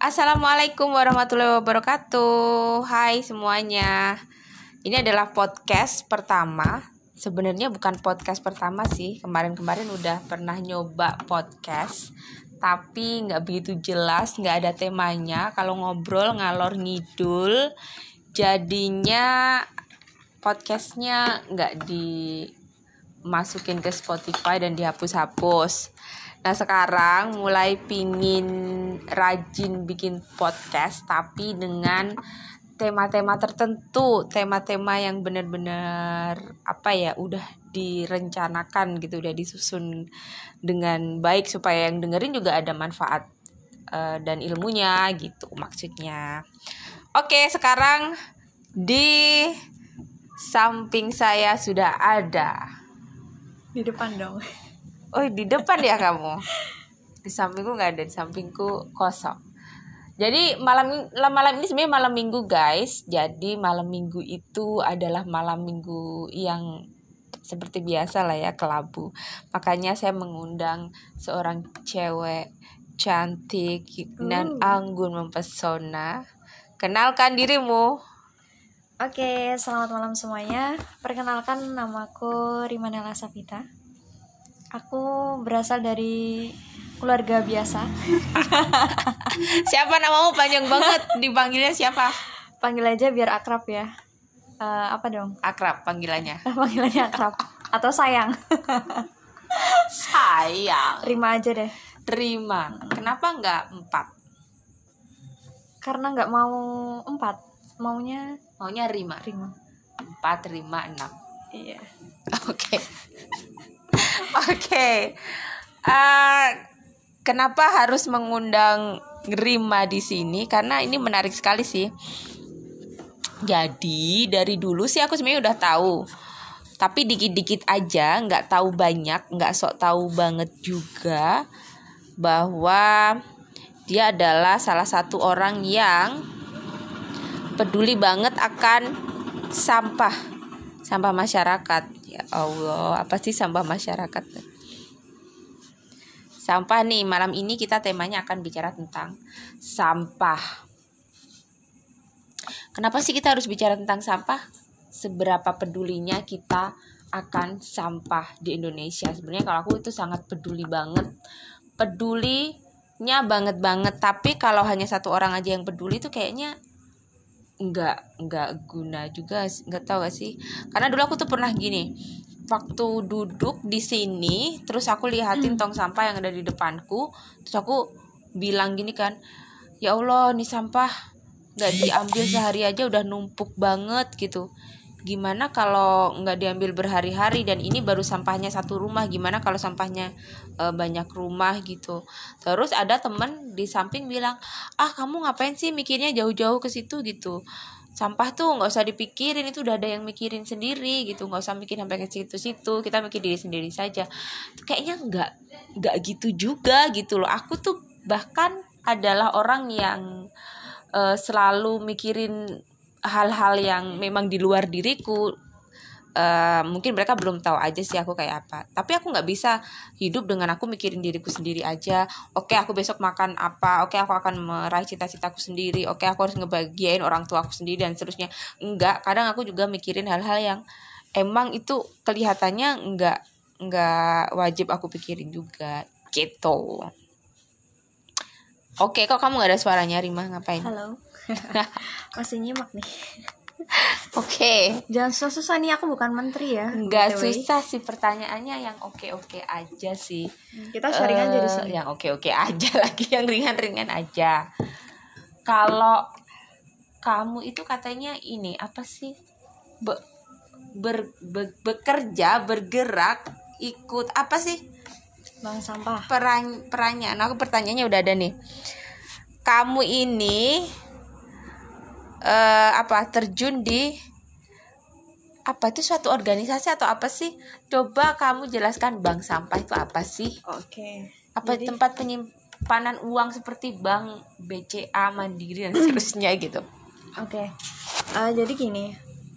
Assalamualaikum warahmatullahi wabarakatuh. Hai semuanya. Ini adalah podcast pertama. Sebenarnya bukan podcast pertama sih. Kemarin-kemarin udah pernah nyoba podcast, tapi nggak begitu jelas, nggak ada temanya. Kalau ngobrol ngalor ngidul, jadinya podcastnya nggak dimasukin ke Spotify dan dihapus-hapus. Nah sekarang mulai pingin rajin bikin podcast, tapi dengan tema-tema tertentu, tema-tema yang benar-benar udah direncanakan gitu, udah disusun dengan baik supaya yang dengerin juga ada manfaat dan ilmunya gitu maksudnya. Oke, sekarang di samping saya sudah ada. Di depan dong. Oh, di depan ya kamu. Di sampingku nggak ada, di sampingku kosong. Jadi malam ini sebenarnya malam minggu guys. Jadi malam minggu itu adalah malam minggu yang seperti biasa lah ya, kelabu. Makanya saya mengundang seorang cewek cantik dan anggun mempesona. Kenalkan dirimu. Oke, selamat malam semuanya. Perkenalkan, namaku Rimanela Safita. Aku berasal dari keluarga biasa. Siapa namamu? Panjang banget. Dipanggilnya siapa? Panggil aja biar akrab ya. Apa dong? Akrab panggilannya. Panggilannya akrab atau sayang. Sayang. Rima aja deh. Rima. Kenapa nggak 4? Karena nggak mau 4. Maunya Rima. 4, Rima, 6. Iya. Oke. Kenapa harus mengundang Rima di sini? Karena ini menarik sekali sih. Jadi dari dulu sih aku sebenarnya udah tahu, tapi dikit-dikit aja, nggak tahu banyak, nggak sok tahu banget juga bahwa dia adalah salah satu orang yang peduli banget akan sampah masyarakat. Ya Allah, apa sih sampah masyarakat? Sampah nih, malam ini kita temanya akan bicara tentang sampah. Kenapa sih kita harus bicara tentang sampah? Seberapa pedulinya kita akan sampah di Indonesia? Sebenarnya kalau aku itu sangat peduli banget. Pedulinya banget. Tapi kalau hanya satu orang aja yang peduli itu kayaknya nggak guna juga, nggak tahu gak sih? Karena dulu aku tuh pernah gini, waktu duduk di sini terus aku lihatin tong sampah yang ada di depanku, terus aku bilang gini kan, ya Allah nih sampah nggak diambil sehari aja udah numpuk banget gitu. Gimana kalau nggak diambil berhari-hari dan ini baru sampahnya satu rumah, gimana kalau sampahnya banyak rumah gitu. Terus ada temen di samping bilang, kamu ngapain sih mikirnya jauh-jauh ke situ gitu, sampah tuh nggak usah dipikirin, itu udah ada yang mikirin sendiri gitu, nggak usah mikir sampai ke situ-situ, kita mikir diri sendiri saja. Kayaknya nggak gitu juga gitu loh. Aku tuh bahkan adalah orang yang selalu mikirin hal-hal yang memang di luar diriku. Mungkin mereka belum tahu aja sih aku kayak apa, tapi aku nggak bisa hidup dengan aku mikirin diriku sendiri aja. Oke, aku besok makan apa, oke aku akan meraih cita-citaku sendiri, oke aku harus ngebahagiain orang tua aku sendiri dan seterusnya. Enggak, kadang aku juga mikirin hal-hal yang emang itu kelihatannya nggak wajib aku pikirin juga gitu. Oke, kok kamu nggak ada suaranya, Rima? Ngapain? Halo. Masih nyimak nih. Oke. Jangan susah-susah nih, aku bukan menteri ya. Nggak susah sih, pertanyaannya yang oke-oke aja sih. Kita sharing aja di sini. Yang oke-oke aja lagi, yang ringan-ringan aja. Kalau kamu itu katanya ini apa sih? Bekerja, bergerak, ikut apa sih? Bank sampah. Pertanyaan aku, pertanyaannya udah ada nih. Kamu ini terjun di apa itu, suatu organisasi atau apa sih? Coba kamu jelaskan, bank sampah itu apa sih? Oke. Apa jadi, tempat penyimpanan uang seperti bank BCA, Mandiri dan seterusnya gitu. Oke. Jadi gini,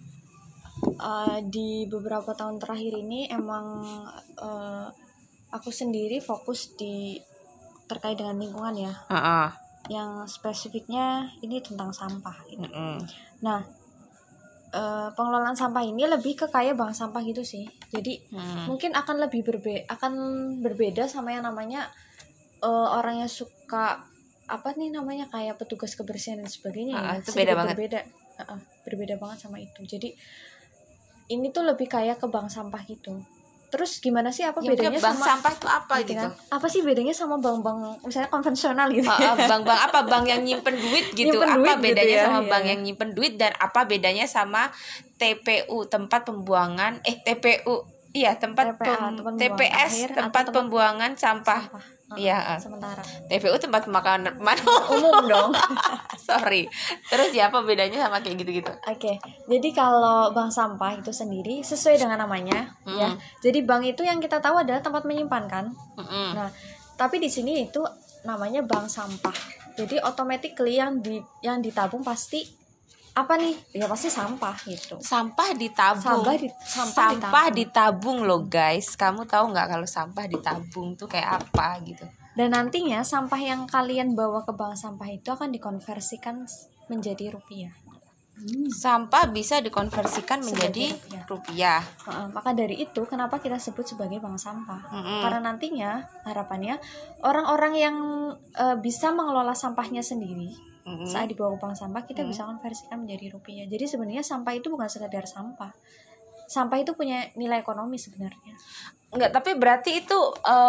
di beberapa tahun terakhir ini emang aku sendiri fokus di terkait dengan lingkungan ya. yang spesifiknya ini tentang sampah gitu. Mm-mm. Nah, pengelolaan sampah ini lebih ke kayak bank sampah gitu sih. Jadi mungkin akan berbeda sama yang namanya orang yang suka apa nih namanya kayak petugas kebersihan dan sebagainya ya. Itu beda banget. Berbeda banget sama itu. Jadi ini tuh lebih kayak ke bank sampah gitu. Terus gimana sih apa bedanya bank sama sampah itu apa gitu? Kan? Apa sih bedanya sama bank-bank misalnya konvensional gitu? Bank-bank apa? Bank yang nyimpen duit gitu. Nyimpen apa duit bedanya gitu ya, sama iya. bank yang nyimpen duit dan apa bedanya sama TPU, tempat pembuangan TPU. Iya, TPS, tempat pembuangan sampah. Iya, sementara. TPU tempat pemakaman umum dong. Sorry. Terus ya apa bedanya sama kayak gitu-gitu? Oke. Jadi kalau bank sampah itu sendiri sesuai dengan namanya ya. Jadi bank itu yang kita tahu adalah tempat menyimpan kan. Nah, tapi di sini itu namanya bank sampah. Jadi automatically yang ditabung pasti apa nih? Ya pasti sampah gitu. Sampah ditabung. Sampah ditabung loh guys. Kamu tahu nggak kalau sampah ditabung tuh kayak apa gitu? Dan nantinya sampah yang kalian bawa ke bank sampah itu akan dikonversikan menjadi rupiah. Sampah bisa dikonversikan menjadi rupiah. Maka dari itu kenapa kita sebut sebagai bank sampah? Karena nantinya harapannya orang-orang yang bisa mengelola sampahnya sendiri saat dibawa ke bank sampah kita bisa konversikan menjadi rupiah. Jadi sebenarnya sampah itu bukan sekedar sampah. Sampah itu punya nilai ekonomi sebenarnya. Enggak, tapi berarti itu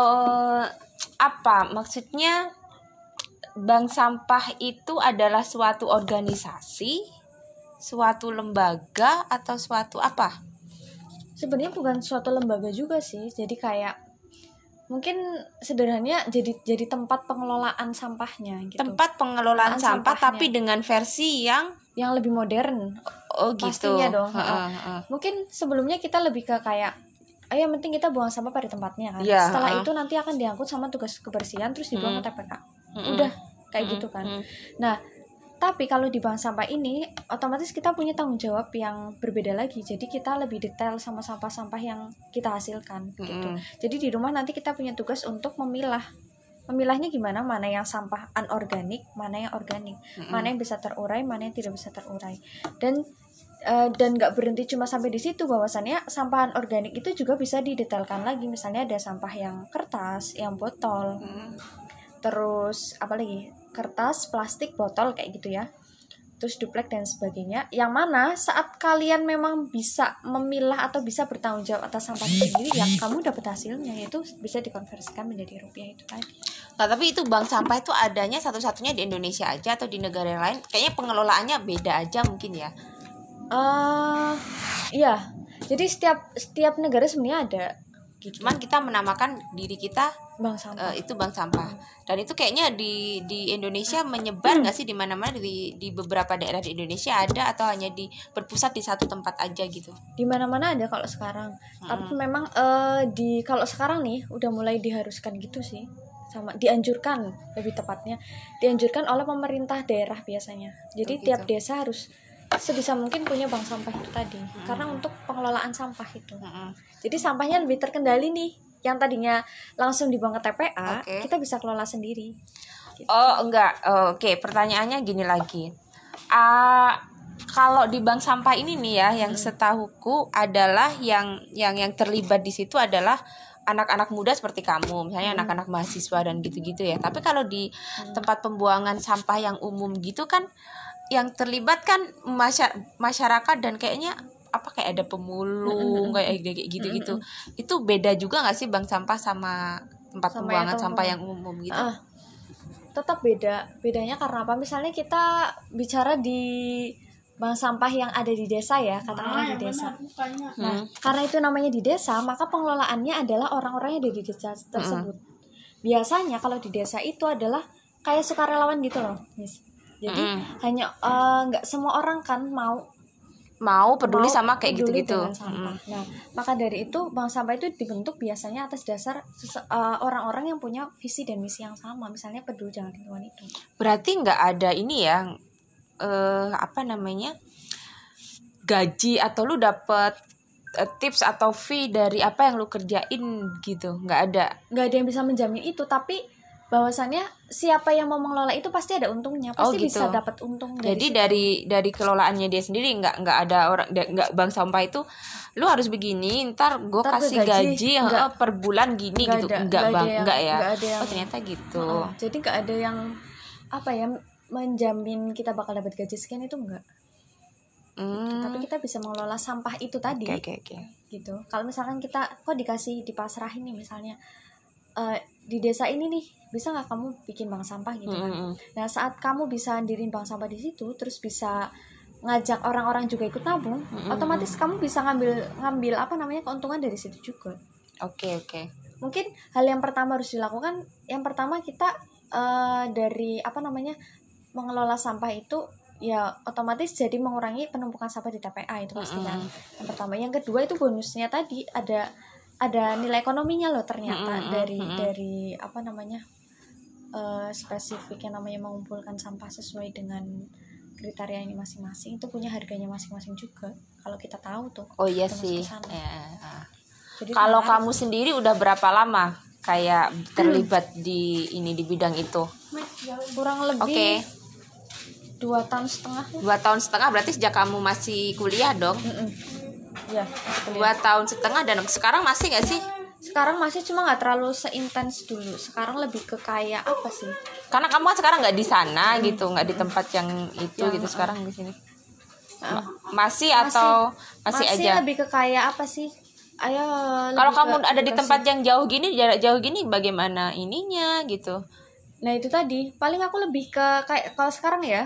apa? Maksudnya bank sampah itu adalah suatu organisasi, suatu lembaga atau suatu apa? Sebenarnya bukan suatu lembaga juga sih. Jadi kayak mungkin sederhananya jadi tempat pengelolaan sampahnya gitu. Tempat pengelolaan sampah tapi dengan versi yang lebih modern. Oh gitu. Pastinya dong. Mungkin sebelumnya kita lebih ke kayak yang penting kita buang sampah pada tempatnya kan. Setelah itu nanti akan diangkut sama tugas kebersihan terus dibuang ke TPK. Udah kayak gitu kan. Nah, tapi kalau di bank sampah ini otomatis kita punya tanggung jawab yang berbeda lagi. Jadi kita lebih detail sama sampah-sampah yang kita hasilkan gitu. Jadi di rumah nanti kita punya tugas untuk memilah. Memilahnya gimana? Mana yang sampah anorganik, mana yang organik, mana yang bisa terurai, mana yang tidak bisa terurai. Dan nggak berhenti cuma sampai di situ, bahwasannya sampah anorganik itu juga bisa didetailkan lagi. Misalnya ada sampah yang kertas, yang botol, terus apa lagi? Kertas, plastik, botol kayak gitu ya. Terus duplek dan sebagainya. Yang mana saat kalian memang bisa memilah atau bisa bertanggung jawab atas sampah itu sendiri, ya kamu dapat hasilnya, yaitu bisa dikonversikan menjadi rupiah itu tadi. Nah, tapi itu bank sampah itu adanya satu-satunya di Indonesia aja atau di negara yang lain? Kayaknya pengelolaannya beda aja mungkin ya. Iya. Jadi setiap negara sebenarnya ada. Gitu. Cuman kita menamakan diri kita bank sampah. Itu bank sampah. Dan itu kayaknya di Indonesia menyebar nggak sih di mana-mana, di beberapa daerah di Indonesia ada atau hanya berpusat di satu tempat aja gitu? Di mana-mana ada kalau sekarang. Tapi memang kalau sekarang nih udah mulai diharuskan gitu sih. Sama dianjurkan, lebih tepatnya dianjurkan oleh pemerintah daerah biasanya. Jadi tiap desa harus sebisa mungkin punya bank sampah itu tadi. Karena untuk pengelolaan sampah itu. Jadi sampahnya lebih terkendali nih. Yang tadinya langsung dibuang ke TPA, kita bisa kelola sendiri. Gitu. Oh enggak, oke. Pertanyaannya gini lagi. Kalau di bank sampah ini nih ya, yang setahuku adalah yang terlibat di situ adalah anak-anak muda seperti kamu, misalnya anak-anak mahasiswa dan gitu-gitu ya. Tapi kalau di tempat pembuangan sampah yang umum gitu kan, yang terlibat kan masyarakat dan kayaknya kayak ada pemulung kayak gitu-gitu. Itu beda juga nggak sih bank sampah sama tempat pembuangan sampah yang umum gitu? Tetap beda. Bedanya karena apa? Misalnya kita bicara di bank sampah yang ada di desa ya, katakanlah di desa. Nah, karena itu namanya di desa, maka pengelolaannya adalah orang-orang yang ada di desa tersebut. Biasanya kalau di desa itu adalah kayak sukarelawan gitu loh, Miss. Jadi hanya nggak semua orang kan mau peduli sama kayak gitu-gitu. Nah, maka dari itu bank sampah itu dibentuk biasanya atas dasar orang-orang yang punya visi dan misi yang sama, misalnya peduli dengan lingkungan itu. Berarti nggak ada ini ya, gaji atau lu dapet tips atau fee dari apa yang lu kerjain gitu? Nggak ada yang bisa menjamin itu, tapi bahwasannya siapa yang mau mengelola itu pasti ada untungnya, pasti gitu. bisa dapat untung. Jadi dari kelolaannya dia sendiri, nggak ada orang, nggak bank sampah itu lu harus begini, ntar gue kasih gaji per bulan gini gitu, nggak ya. Ternyata gitu. Jadi nggak ada yang apa ya menjamin kita bakal dapat gaji sekian, itu enggak. Gitu. Tapi kita bisa mengelola sampah itu tadi. Gitu. Kalau misalkan kita kok dipasrahin nih misalnya di desa ini nih, bisa nggak kamu bikin bank sampah gitu kan? Nah saat kamu bisa diriin bank sampah di situ, terus bisa ngajak orang-orang juga ikut nabung, otomatis kamu bisa ngambil apa namanya keuntungan dari situ juga. Oke. Mungkin hal yang pertama harus dilakukan, yang pertama kita dari apa namanya mengelola sampah itu ya otomatis jadi mengurangi penumpukan sampah di TPA itu pasti kan. Yang pertama, yang kedua itu bonusnya tadi ada nilai ekonominya loh ternyata dari apa namanya spesifik yang namanya mengumpulkan sampah sesuai dengan kriteria ini masing-masing, itu punya harganya masing-masing juga kalau kita tahu tuh. Oh iya sih. Jadi kalau kamu sendiri udah berapa lama kayak terlibat di bidang itu? Kurang lebih 2 tahun setengah. 2 tahun setengah berarti sejak kamu masih kuliah dong? Ya, 2 tahun setengah. Dan sekarang masih nggak sih? Sekarang masih, cuma nggak terlalu seintens dulu. Sekarang lebih ke kayak apa sih? Karena kamu kan sekarang nggak di sana gitu, nggak di tempat yang itu gitu. Sekarang di sini. Masih atau masih aja? Masih lebih ke kayak apa sih? Ayo. Kalau kamu ada di tempat yang jauh gini, jarak jauh gini, bagaimana ininya gitu? Nah itu tadi, paling aku lebih ke kayak kalau sekarang ya.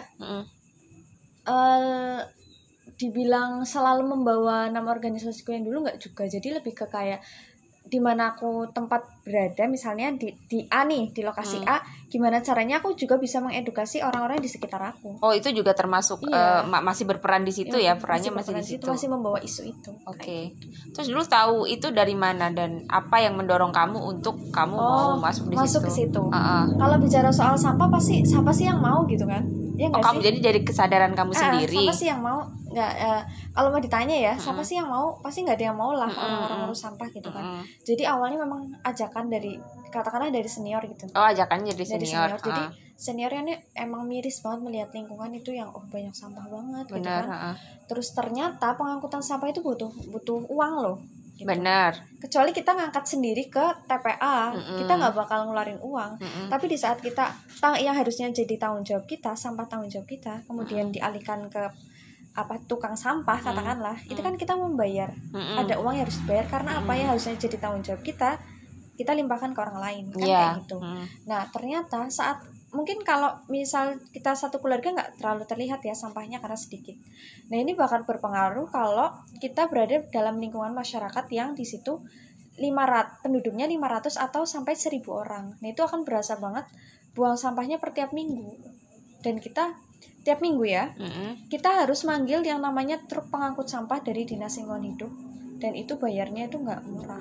Dibilang selalu membawa nama organisasiku yang dulu nggak juga, jadi lebih ke kayak di mana aku tempat berada, misalnya di A nih, di lokasi A, gimana caranya aku juga bisa mengedukasi orang-orang di sekitar aku. Oh itu juga termasuk masih berperan di situ ya, perannya masih di situ, masih membawa isu itu. Oke. Terus dulu tahu itu dari mana dan apa yang mendorong kamu untuk kamu mau masuk ke situ? Kalau bicara soal sampah, pasti siapa sih yang mau gitu kan? Ya, kamu jadi dari kesadaran kamu sendiri. Siapa sih yang mau? Nggak, kalau mau ditanya ya, siapa sih yang mau? Pasti nggak ada yang mau lah orang-orang urus sampah gitu kan. Jadi awalnya memang ajakan dari, katakanlah dari senior gitu. Oh, ajakannya dari senior. Jadi seniornya nih emang miris banget melihat lingkungan itu yang banyak sampah banget. Benar, gitu kan. Terus ternyata pengangkutan sampah itu butuh uang loh. Gitu. Benar. Kecuali kita ngangkat sendiri ke TPA, kita nggak bakal ngeluarin uang. Tapi di saat kita yang harusnya jadi tanggung jawab kita, sampah tanggung jawab kita, kemudian dialihkan ke tukang sampah katakanlah, itu kan kita membayar. Ada uang yang harus dibayar karena apa ya, harusnya jadi tanggung jawab kita limpahkan ke orang lain kan, kayak gitu. Nah ternyata saat mungkin kalau misal kita satu keluarga nggak terlalu terlihat ya sampahnya karena sedikit. Nah ini bakal berpengaruh kalau kita berada dalam lingkungan masyarakat yang di situ penduduknya 500 atau sampai 1000 orang. Nah itu akan berasa banget buang sampahnya per tiap minggu. Dan kita tiap minggu ya, kita harus manggil yang namanya truk pengangkut sampah dari Dinas Lingkungan Hidup. Dan itu bayarnya itu nggak murah,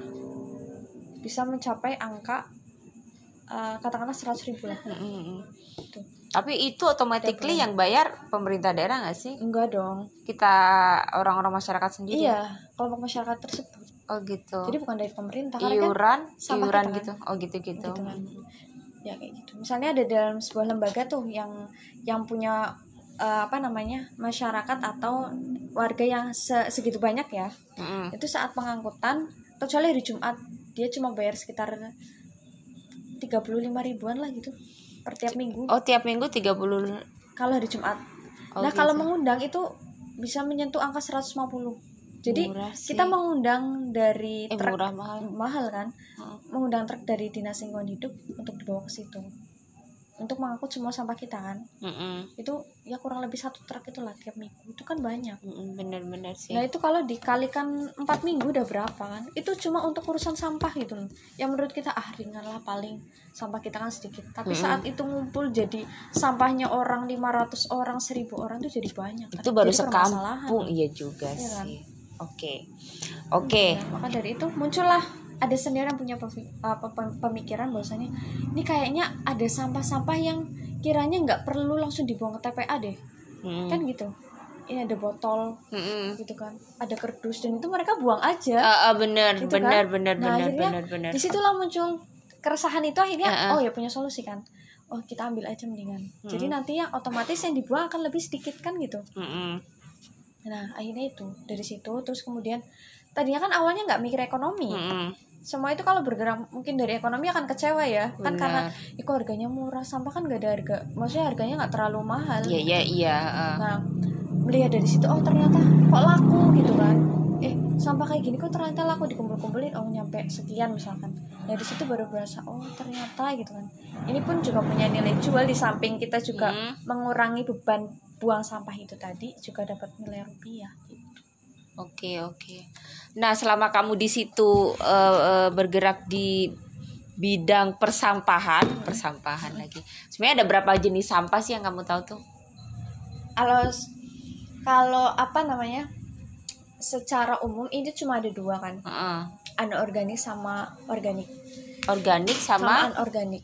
bisa mencapai angka katakanlah 100.000 lah. Gitu. Tapi itu automatically yang bayar pemerintah daerah nggak sih? Enggak dong. Kita orang-orang masyarakat sendiri. Iya, kelompok masyarakat tersebut. Oh gitu. Jadi bukan dari pemerintah. Iuran kan gitu. Oh gitu. Gitu kan. Ya kayak gitu. Misalnya ada dalam sebuah lembaga tuh yang punya masyarakat atau warga yang segitu banyak ya. Itu saat pengangkutan, kecuali hari Jumat, dia cuma bayar sekitar 35 ribuan lah gitu per tiap minggu. Oh tiap minggu 30 kalau hari Jumat. Nah gitu. Kalau mengundang itu bisa menyentuh angka 150. Jadi kita mengundang dari truk, mahal kan, mengundang truk dari Dinas Lingkungan Hidup untuk dibawa ke situ untuk mengangkut semua sampah kita kan. Itu ya kurang lebih 1 truk itulah tiap minggu, itu kan banyak. Bener-bener sih. Nah itu kalau dikalikan 4 minggu udah berapa kan, itu cuma untuk urusan sampah gitu loh, yang menurut kita ringan lah, paling sampah kita kan sedikit, tapi saat itu ngumpul jadi sampahnya orang 500 orang 1000 orang itu jadi banyak kan? Itu baru sekampung. Iya juga ya kan? Sih. Oke. Maka dari itu muncullah ada senior yang punya pemikiran bahwasanya ini kayaknya ada sampah-sampah yang kiranya nggak perlu langsung dibuang ke TPA deh. Kan gitu. Ini ada botol gitu kan, ada kardus, dan itu mereka buang aja. Bener. Disitulah muncul keresahan itu akhirnya oh ya punya solusi kan, oh kita ambil aja mendingan. Jadi nanti yang otomatis yang dibuang akan lebih sedikit kan gitu. Nah akhirnya itu dari situ. Terus kemudian tadinya kan awalnya nggak mikir ekonomi. Semua itu kalau bergerak mungkin dari ekonomi akan kecewa ya. Kan karena itu harganya murah, sampah kan nggak ada harga, maksudnya harganya nggak terlalu mahal. Iya. Nah melihat dari situ, oh ternyata kok laku gitu kan. Sampah kayak gini kok ternyata laku, dikumpul-kumpulin oh nyampe sekian misalkan. Dari situ baru berasa oh ternyata gitu kan. Ini pun juga punya nilai jual, di samping kita juga mengurangi beban buang sampah itu tadi, juga dapat nilai rupiah gitu. Oke. Nah, selama kamu di situ bergerak di bidang persampahan lagi. Sebenarnya ada berapa jenis sampah sih yang kamu tahu tuh? Kalau apa namanya? Secara umum ini cuma ada 2 kan. Anorganik sama organik. Organik sama anorganik.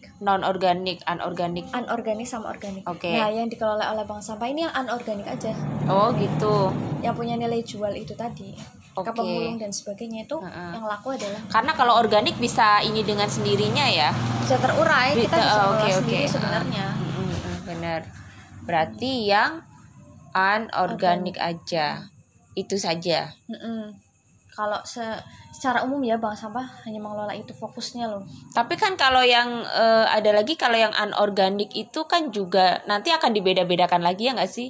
Anorganik sama organik. Nah, yang dikelola oleh bank sampah ini yang anorganik aja. Oh, gitu. Yang punya nilai jual itu tadi. Ke pemulung dan sebagainya itu yang laku adalah. Karena kalau organik bisa ini dengan sendirinya ya. Bisa terurai, kita bisa mengolah sendiri sebenarnya. Benar. Berarti yang anorganik aja. Itu saja. Kalau secara umum ya bank sampah hanya mengelola itu fokusnya loh. Tapi kan kalau yang ada lagi, kalau yang anorganik itu kan juga nanti akan dibeda-bedakan lagi ya nggak sih?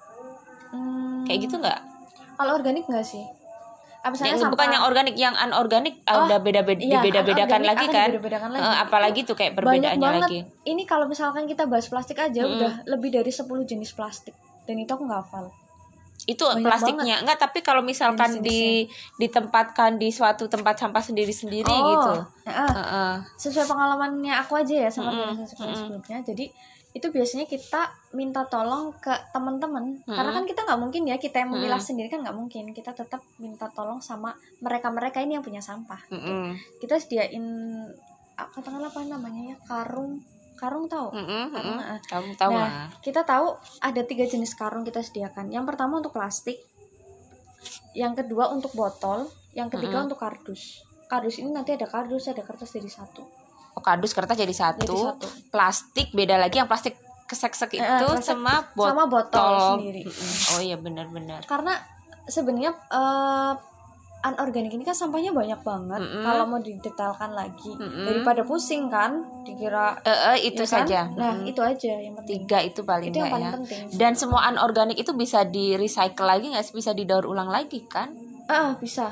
Kayak gitu nggak? Kalau organik nggak sih? Bukan yang organik, yang anorganik ada dibeda-bedakan lagi kan? Apalagi tuh kayak perbedaannya lagi. Ini kalau misalkan kita bahas plastik aja udah lebih dari 10 jenis plastik, dan itu aku nggak hafal. Itu banyak plastiknya banget. Enggak, tapi kalau misalkan ditempatkan di suatu tempat sampah sendiri-sendiri gitu. Sesuai pengalamannya aku aja ya sama sebelumnya. Jadi itu biasanya kita minta tolong ke teman-teman, karena kan kita nggak mungkin ya kita yang memilah sendiri, kan nggak mungkin. Kita tetap minta tolong sama mereka ini yang punya sampah. Kita sediain katakanlah apa namanya ya, karung tahu? Kamu tahu. Nah, kita tahu ada 3 jenis karung kita sediakan. Yang pertama untuk plastik, yang kedua untuk botol, yang ketiga untuk kardus. Kardus ini nanti ada kardus, ada kertas jadi satu. Oh, kardus kertas jadi satu. Plastik beda lagi, yang plastik kesek-sek itu sama botol sendiri. Oh iya, benar-benar. Karena sebenarnya anorganik ini kan sampahnya banyak banget. Kalau mau didetailkan lagi, daripada pusing kan dikira itu ya saja kan? Nah itu aja yang penting. 3 itu paling itu yang paling ya penting. Dan semua anorganik itu bisa di recycle lagi nggak sih? Bisa didaur ulang lagi kan? Bisa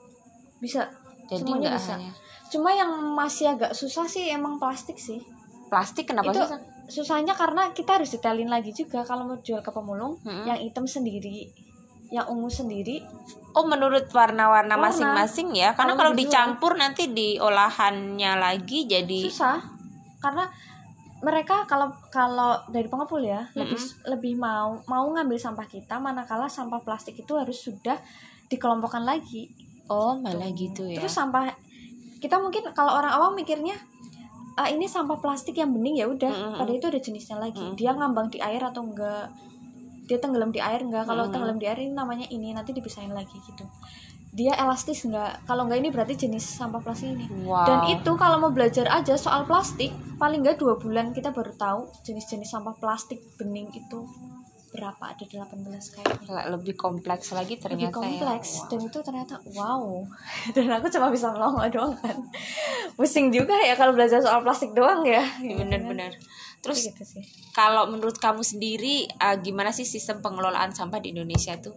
jadi semuanya nggak bisa. Hanya... Cuma yang masih agak susah sih emang plastik sih. Plastik kenapa itu susah? Susahnya karena kita harus detailin lagi juga kalau mau jual ke pemulung. Yang hitam sendiri, yang ungu sendiri. Oh, menurut warna-warna masing-masing ya? Karena kalau dicampur nanti di olahannya lagi jadi susah. Karena mereka kalau dari pengepul ya lebih mau ngambil sampah kita, manakala sampah plastik itu harus sudah dikelompokkan lagi. Oh, malah gitu ya. Terus sampah kita mungkin kalau orang awam mikirnya ini sampah plastik yang bening ya udah, padahal itu ada jenisnya lagi. Dia ngambang di air atau enggak, dia tenggelam di air enggak. Kalau tenggelam di air ini namanya ini, nanti dipisahin lagi gitu. Dia elastis enggak, kalau enggak ini berarti jenis sampah plastik ini. Dan itu kalau mau belajar aja soal plastik paling enggak 2 bulan kita baru tahu jenis-jenis sampah plastik bening itu berapa, ada 18 kayaknya. Lebih kompleks lagi ternyata. Lebih kompleks ya. Dan itu ternyata wow. Dan aku cuma bisa melongo doang kan. Pusing juga ya kalau belajar soal plastik doang ya. Benar-benar. Terus gitu sih. Kalau menurut kamu sendiri gimana sih sistem pengelolaan sampah di Indonesia tuh?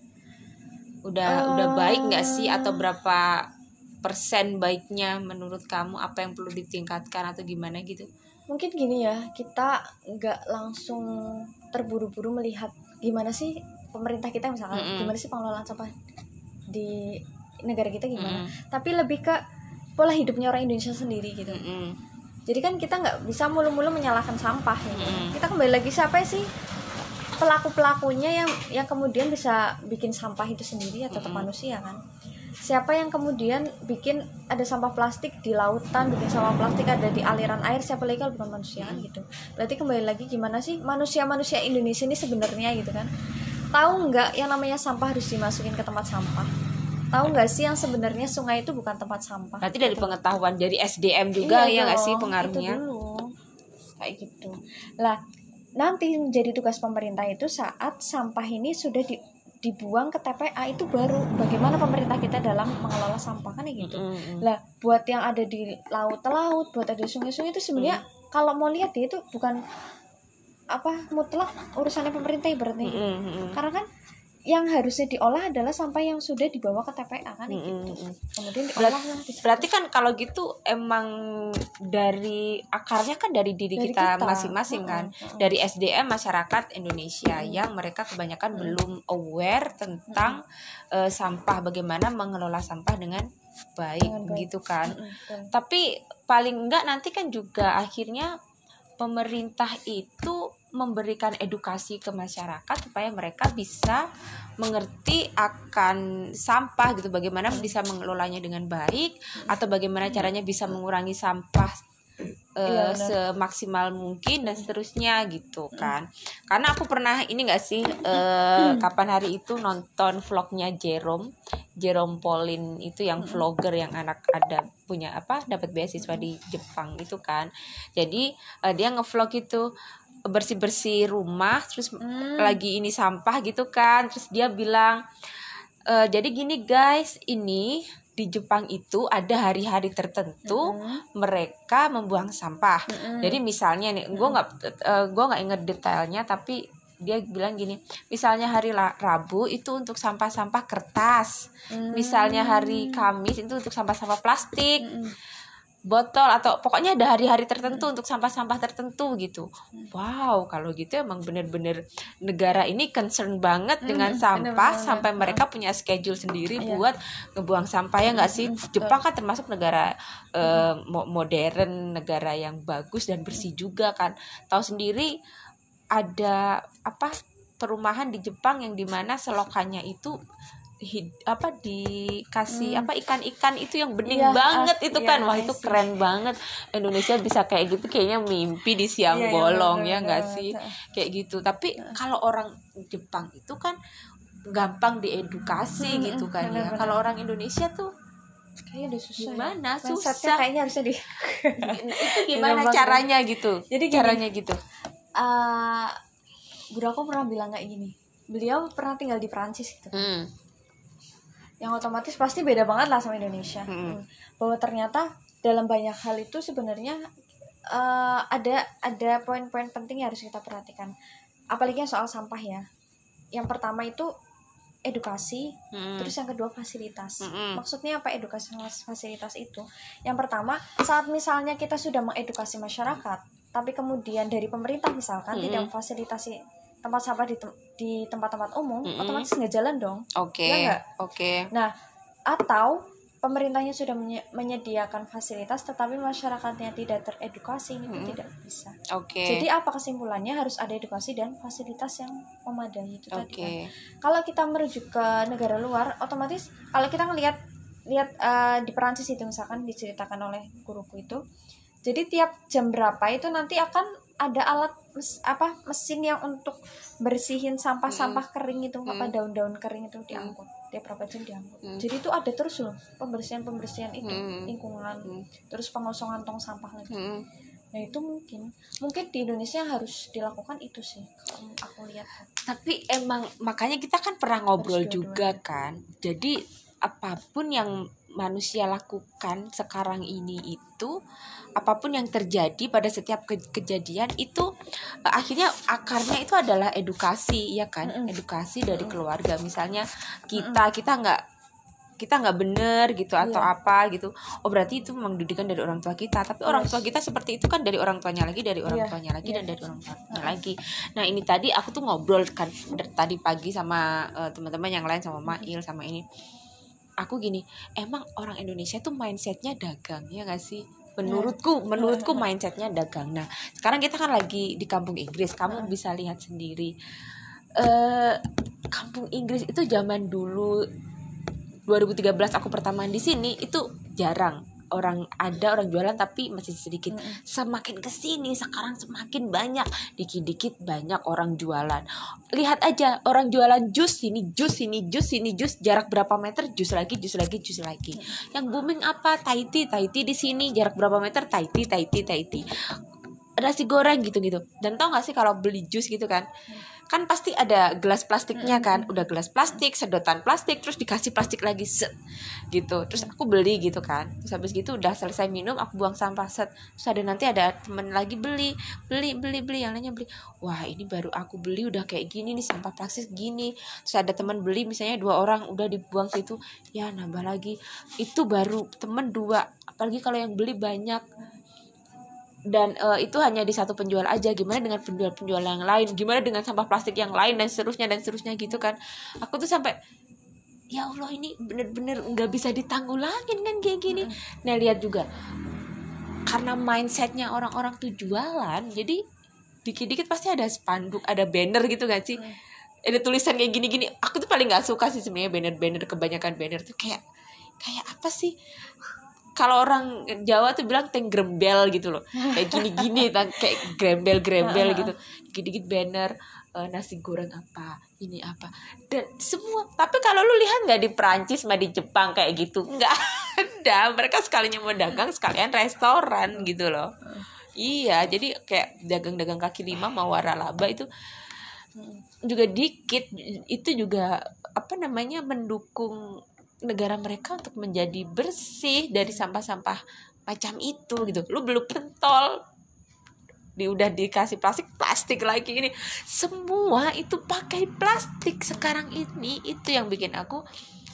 Udah baik nggak sih, atau berapa persen baiknya menurut kamu? Apa yang perlu ditingkatkan atau gimana gitu? Mungkin gini ya, kita nggak langsung terburu-buru melihat gimana sih pemerintah kita misalkan, gimana sih pengelolaan sampah di negara kita gimana, tapi lebih ke pola hidupnya orang Indonesia sendiri gitu. Jadi kan kita nggak bisa mulu-mulu menyalahkan sampah ya. Kita kembali lagi siapa sih pelaku-pelakunya yang kemudian bisa bikin sampah itu sendiri, atau tetap manusia kan. Siapa yang kemudian bikin ada sampah plastik di lautan, bikin sampah plastik ada di aliran air, siapa lagi kalau bukan manusia kan gitu. Berarti kembali lagi gimana sih manusia-manusia Indonesia ini sebenarnya gitu kan. Tahu nggak yang namanya sampah harus dimasukin ke tempat sampah? tahu nggak sih yang sebenarnya sungai itu bukan tempat sampah. Berarti dari pengetahuan dari SDM juga ya nggak sih pengaruhnya? Itu dulu kayak gitu lah. Nanti menjadi tugas pemerintah itu saat sampah ini sudah dibuang ke TPA, itu baru bagaimana pemerintah kita dalam mengelola sampah kan gitu. Lah buat yang ada di laut, buat ada di sungai-sungai itu sebenarnya kalau mau lihat ya itu bukan mutlak urusannya pemerintah ibaratnya gitu. Karena kan yang harusnya diolah adalah sampah yang sudah dibawa ke TPA kan gitu. Kemudian diolah berarti kan kalau gitu emang dari akarnya kan dari diri kita masing-masing kan. Dari SDM masyarakat Indonesia yang mereka kebanyakan belum aware tentang sampah, bagaimana mengelola sampah dengan baik gitu kan. Tapi paling enggak nanti kan juga akhirnya pemerintah itu memberikan edukasi ke masyarakat supaya mereka bisa mengerti akan sampah gitu, bagaimana bisa mengelolanya dengan baik atau bagaimana caranya bisa mengurangi sampah semaksimal mungkin dan seterusnya gitu kan. Karena aku pernah ini nggak sih kapan hari itu nonton vlognya Jerome Pauline itu yang vlogger yang anak ada punya dapat beasiswa di Jepang itu kan. Jadi dia ngevlog itu bersih-bersih rumah terus lagi ini sampah gitu kan, terus dia bilang jadi gini guys, ini di Jepang itu ada hari-hari tertentu mereka membuang sampah. Jadi misalnya nih, gue nggak inget detailnya, tapi dia bilang gini, misalnya hari Rabu itu untuk sampah-sampah kertas, misalnya hari Kamis itu untuk sampah-sampah plastik, botol, atau pokoknya ada hari-hari tertentu untuk sampah-sampah tertentu gitu. Wow, kalau gitu emang bener-bener negara ini concern banget dengan sampah sampai mereka punya schedule sendiri buat ngebuang sampah ya nggak sih. Jepang kan termasuk negara modern, negara yang bagus dan bersih juga kan. Tahu sendiri ada perumahan di Jepang yang dimana selokannya itu dikasih ikan-ikan itu yang bening banget itu kan. Wah, itu keren banget. Indonesia bisa kayak gitu kayaknya mimpi di siang bolong ya nggak sih kayak gitu. Tapi kalau orang Jepang itu kan gampang diedukasi gitu kan ya. Kalau orang Indonesia tuh kayaknya udah susah. Gimana susah kayaknya harusnya itu gimana caranya gitu. Jadi caranya gitu. Guru aku pernah bilang kayak gini. Beliau pernah tinggal di Perancis gitu. Yang otomatis pasti beda banget lah sama Indonesia. Bahwa ternyata dalam banyak hal itu sebenarnya ada poin-poin penting yang harus kita perhatikan. Apalagi soal sampah ya. Yang pertama itu edukasi, terus yang kedua fasilitas. Maksudnya apa edukasi fasilitas itu? Yang pertama, saat misalnya kita sudah mengedukasi masyarakat, tapi kemudian dari pemerintah misalkan tidak memfasilitasi tempat sampah di tempat-tempat umum, otomatis nggak jalan dong. Ya nggak? Nah, atau pemerintahnya sudah menyediakan fasilitas, tetapi masyarakatnya tidak teredukasi, itu tidak bisa. Jadi apa kesimpulannya? Harus ada edukasi dan fasilitas yang memadai itu tadi kan. Kalau kita merujuk ke negara luar, otomatis kalau kita ngelihat di Perancis itu misalkan diceritakan oleh guruku itu, jadi tiap jam berapa itu nanti akan ada alat mesin yang untuk bersihin sampah-sampah kering itu, daun-daun kering itu diangkut. Tiap berapa jam diangkut. Jadi itu ada terus loh pembersihan itu lingkungan, terus pengosongan tong sampah lagi. Nah itu mungkin di Indonesia harus dilakukan itu sih, aku lihat. Tapi emang makanya kita kan pernah ngobrol juga kan. Jadi apapun yang manusia lakukan sekarang ini itu, apapun yang terjadi pada setiap kejadian itu akhirnya akarnya itu adalah edukasi ya kan. Edukasi dari keluarga. Misalnya kita nggak bener gitu atau apa gitu, berarti itu memang didikan dari orang tua kita. Tapi orang tua kita seperti itu kan dari orang tuanya lagi, dari orang tuanya lagi, dan dari orang tuanya lagi. Nah ini tadi aku tuh ngobrol kan tadi pagi sama teman-teman yang lain, sama Mail sama ini. Aku gini, emang orang Indonesia tuh mindsetnya dagang ya nggak sih? Menurutku mindsetnya dagang. Nah sekarang kita kan lagi di kampung Inggris, kamu bisa lihat sendiri. Kampung Inggris itu zaman dulu 2013 aku pertama di sini itu jarang orang jualan tapi masih sedikit. Semakin kesini sekarang semakin banyak, dikit-dikit banyak orang jualan. Lihat aja orang jualan jus ini, jarak berapa meter jus lagi. Yang booming apa? Thai tea di sini, jarak berapa meter Thai tea. Nasi goreng gitu. Dan tau gak sih kalau beli jus gitu kan pasti ada gelas plastiknya kan, udah gelas plastik, sedotan plastik, terus dikasih plastik lagi gitu. Terus aku beli gitu kan, terus habis gitu udah selesai minum aku buang sampah terus nanti ada temen lagi beli yang lainnya beli, wah ini baru aku beli udah kayak gini nih, sampah plastik gini. Terus ada teman beli misalnya 2 orang udah dibuang situ, ya nambah lagi, itu baru temen 2, apalagi kalau yang beli banyak. Dan itu hanya di satu penjual aja, gimana dengan penjual yang lain, gimana dengan sampah plastik yang lain, dan seterusnya gitu kan. Aku tuh sampai ya Allah, ini bener-bener nggak bisa ditanggulangin kan kayak gini. Nah lihat juga karena mindsetnya orang-orang tuh jualan, jadi dikit-dikit pasti ada spanduk, ada banner gitu gak sih, ada tulisan kayak gini-gini. Aku tuh paling nggak suka sih sebenarnya banner, kebanyakan banner tuh kayak apa sih, kalau orang Jawa tuh bilang tenggrembel gitu loh, kayak gini-gini kayak grembel gitu, dikit-dikit banner, nasi goreng apa, ini apa, dan semua. Tapi kalau lu lihat nggak di Perancis sama di Jepang kayak gitu, nggak ada. Mereka sekalinya mau dagang sekalian restoran gitu loh. Iya, jadi kayak dagang-dagang kaki lima mau waralaba itu juga dikit, itu juga mendukung negara mereka untuk menjadi bersih dari sampah-sampah macam itu gitu. Lu belum pentol udah dikasih plastik lagi, ini semua itu pakai plastik sekarang ini. Itu yang bikin aku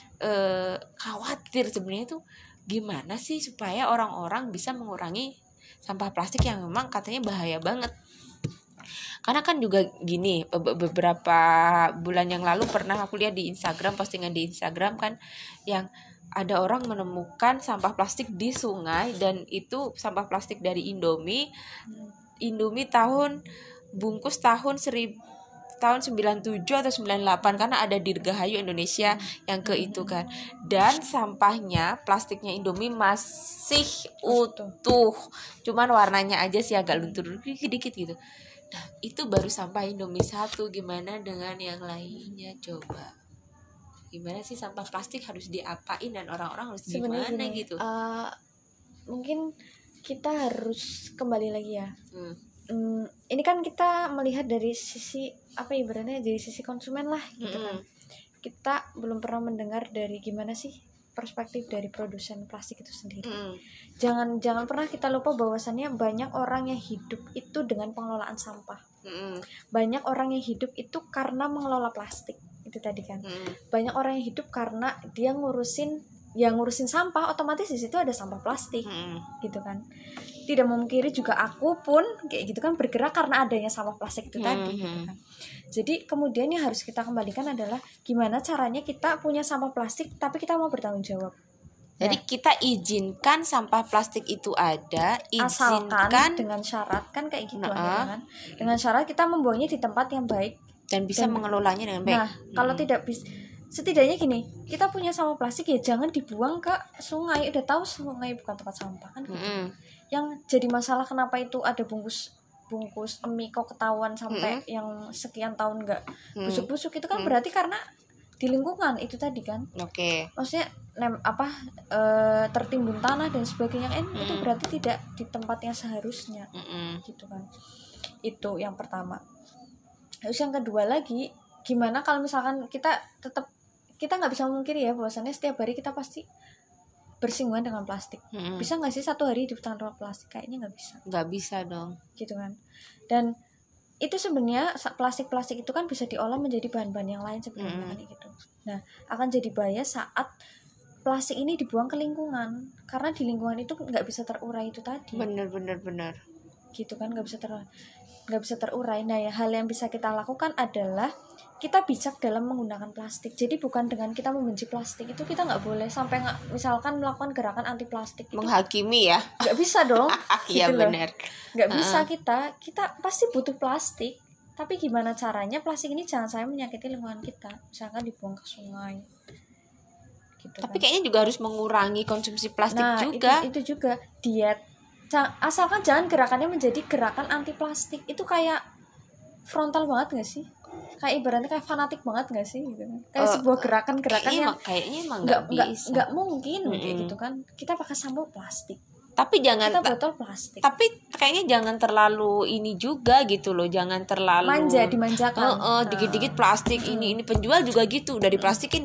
khawatir sebenarnya tuh, gimana sih supaya orang-orang bisa mengurangi sampah plastik yang memang katanya bahaya banget. Karena kan juga gini, beberapa bulan yang lalu pernah aku lihat di Instagram, postingan di Instagram kan, yang ada orang menemukan sampah plastik di sungai, dan itu sampah plastik dari Indomie bungkus tahun 97 atau 98, karena ada Dirgahayu Indonesia yang ke itu kan. Dan sampahnya, plastiknya Indomie masih utuh, cuman warnanya aja sih agak luntur dikit gitu. Nah itu baru sampah Indomie 1, gimana dengan yang lainnya coba? Gimana sih sampah plastik harus diapain, dan orang-orang harus gimana gitu? Mungkin kita harus kembali lagi ya. Ini kan kita melihat dari sisi ibaratnya dari sisi konsumen lah gitu kan. Kita belum pernah mendengar dari gimana sih perspektif dari produsen plastik itu sendiri. Jangan pernah kita lupa bahwasannya banyak orang yang hidup itu dengan pengelolaan sampah. Banyak orang yang hidup itu karena mengelola plastik itu tadi kan. Banyak orang yang hidup karena dia ngurusin sampah, otomatis di situ ada sampah plastik gitu kan. Tidak memungkiri juga aku pun kayak gitu kan, bergerak karena adanya sampah plastik itu tadi gitu kan. Jadi kemudian yang harus kita kembalikan adalah gimana caranya kita punya sampah plastik tapi kita mau bertanggung jawab. Jadi kita izinkan sampah plastik itu ada, asalkan dengan syarat kan kayak gitu kan. Dengan syarat kita membuangnya di tempat yang baik dan bisa mengelolanya dengan baik. Nah, kalau tidak bisa, setidaknya gini, kita punya sampah plastik ya jangan dibuang ke sungai. Udah tahu sungai bukan tempat sampah kan gitu. Yang jadi masalah kenapa itu ada bungkus mie kok ketahuan sampai yang sekian tahun nggak busuk-busuk, itu kan berarti karena di lingkungan itu tadi kan. Maksudnya tertimbun tanah dan sebagainya, itu berarti tidak di tempat yang seharusnya gitu kan. Itu yang pertama. Terus yang kedua lagi, gimana kalau misalkan kita nggak bisa memungkiri ya bahwasannya setiap hari kita pasti bersinggungan dengan plastik. Bisa nggak sih satu hari hidup tanpa plastik? Kayaknya nggak bisa dong gitu kan. Dan itu sebenarnya plastik itu kan bisa diolah menjadi bahan-bahan yang lain sebenarnya kan gitu. Nah akan jadi bahaya saat plastik ini dibuang ke lingkungan, karena di lingkungan itu nggak bisa terurai itu tadi. Bener gitu kan, nggak bisa terurai. Nah ya, hal yang bisa kita lakukan adalah kita bijak dalam menggunakan plastik. Jadi bukan dengan kita membenci plastik, itu kita nggak boleh sampai misalkan melakukan gerakan anti plastik itu menghakimi ya, nggak bisa dong. Iya gitu benar, nggak bisa. Kita pasti butuh plastik, tapi gimana caranya plastik ini jangan sampai menyakiti lingkungan kita, misalkan dibuang ke sungai gitu. Tapi kayaknya juga harus mengurangi konsumsi plastik juga. Itu juga diet. Asalkan jangan gerakannya menjadi gerakan anti plastik. Itu kayak frontal banget gak sih? Kayak ibaratnya kayak fanatik banget gak sih gitu kan? Kayak sebuah gerakan yang kayaknya emang nggak mungkin kayak gitu kan. Kita pakai sampo plastik. Tapi jangan kita botol plastik. Tapi kayaknya jangan terlalu ini juga gitu loh, jangan terlalu dimanjakan. Dikit-dikit plastik ini penjual juga gitu, udah diplastikin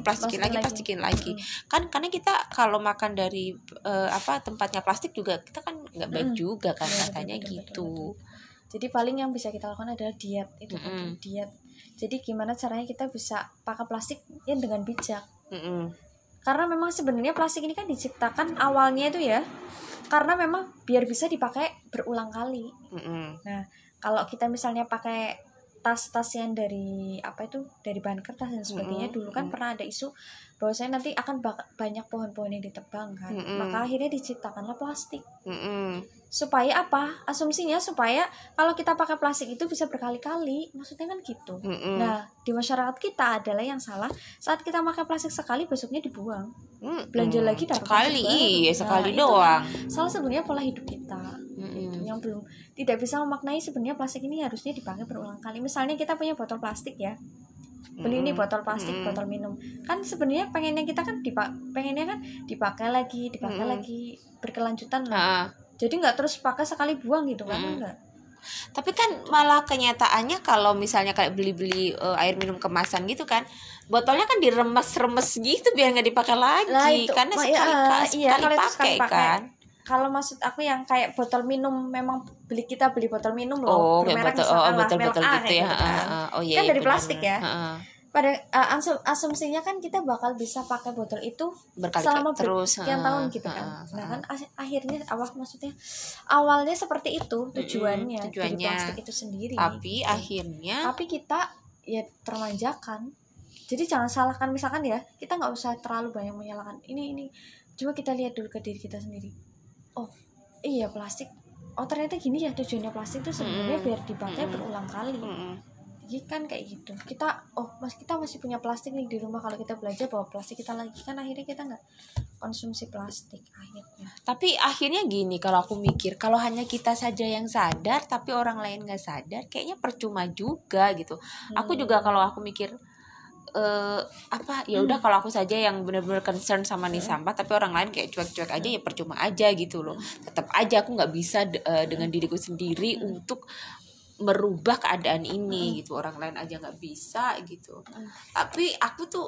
lagi. Kan karena kita kalau makan dari tempatnya plastik juga kita kan nggak baik juga kan katanya gitu. Jadi paling yang bisa kita lakukan adalah diet itu diet. Jadi gimana caranya kita bisa pakai plastik yang dengan bijak. Karena memang sebenarnya plastik ini kan diciptakan awalnya itu ya karena memang biar bisa dipakai berulang kali. Nah, kalau kita misalnya pakai tas-tas yang dari dari bahan kertas dan sebagainya, dulu kan pernah ada isu bahwasanya nanti akan banyak pohon-pohon yang ditebang kan. Maka akhirnya diciptakanlah plastik. Supaya apa? Asumsinya supaya kalau kita pakai plastik itu bisa berkali-kali, maksudnya kan gitu. Nah, di masyarakat kita adalah yang salah saat kita pakai plastik sekali besoknya dibuang. Belanja lagi sekali doang. Salah sebenarnya pola hidup kita. Yang belum tidak bisa memaknai sebenarnya plastik ini harusnya dipakai berulang kali. Misalnya kita punya botol plastik ya. Beli ini botol plastik, botol minum. Kan sebenarnya pengennya kita kan dipakai lagi berkelanjutan lah. Jadi nggak terus pakai sekali buang gitu kan enggak. Tapi kan malah kenyataannya kalau misalnya kayak beli-beli air minum kemasan gitu kan, botolnya kan diremes-remes gitu biar nggak dipakai lagi karena sekali pakai kan. Kalau maksud aku yang kayak botol minum, memang kita beli botol minum loh, bermerek botol-botol gitu ya. Kan dari plastik ya. Pada asumsinya kan kita bakal bisa pakai botol itu selama bersekian tahun gitu kan. Nah kan akhirnya awalnya seperti itu tujuannya dari plastik itu sendiri. Tapi akhirnya kita ya termanjakan. Jadi jangan salahkan, misalkan ya kita nggak usah terlalu banyak menyalahkan ini. Cuma kita lihat dulu ke diri kita sendiri. Oh iya plastik. Oh ternyata gini ya tujuannya plastik itu sebenarnya biar dipakai berulang kali. Jadi kan kayak gitu. Kita masih punya plastik nih di rumah. Kalau kita belajar bawa plastik kita lagi, kan akhirnya kita nggak konsumsi plastik akhirnya. Tapi akhirnya gini, kalau aku mikir, kalau hanya kita saja yang sadar tapi orang lain nggak sadar, kayaknya percuma juga gitu. Aku juga kalau aku mikir ya udah kalau aku saja yang benar-benar concern sama nih sampah, tapi orang lain kayak cuek-cuek aja, ya percuma aja gitu loh. Tetap aja aku nggak bisa dengan diriku sendiri untuk merubah keadaan ini gitu. Orang lain aja nggak bisa gitu. Tapi aku tuh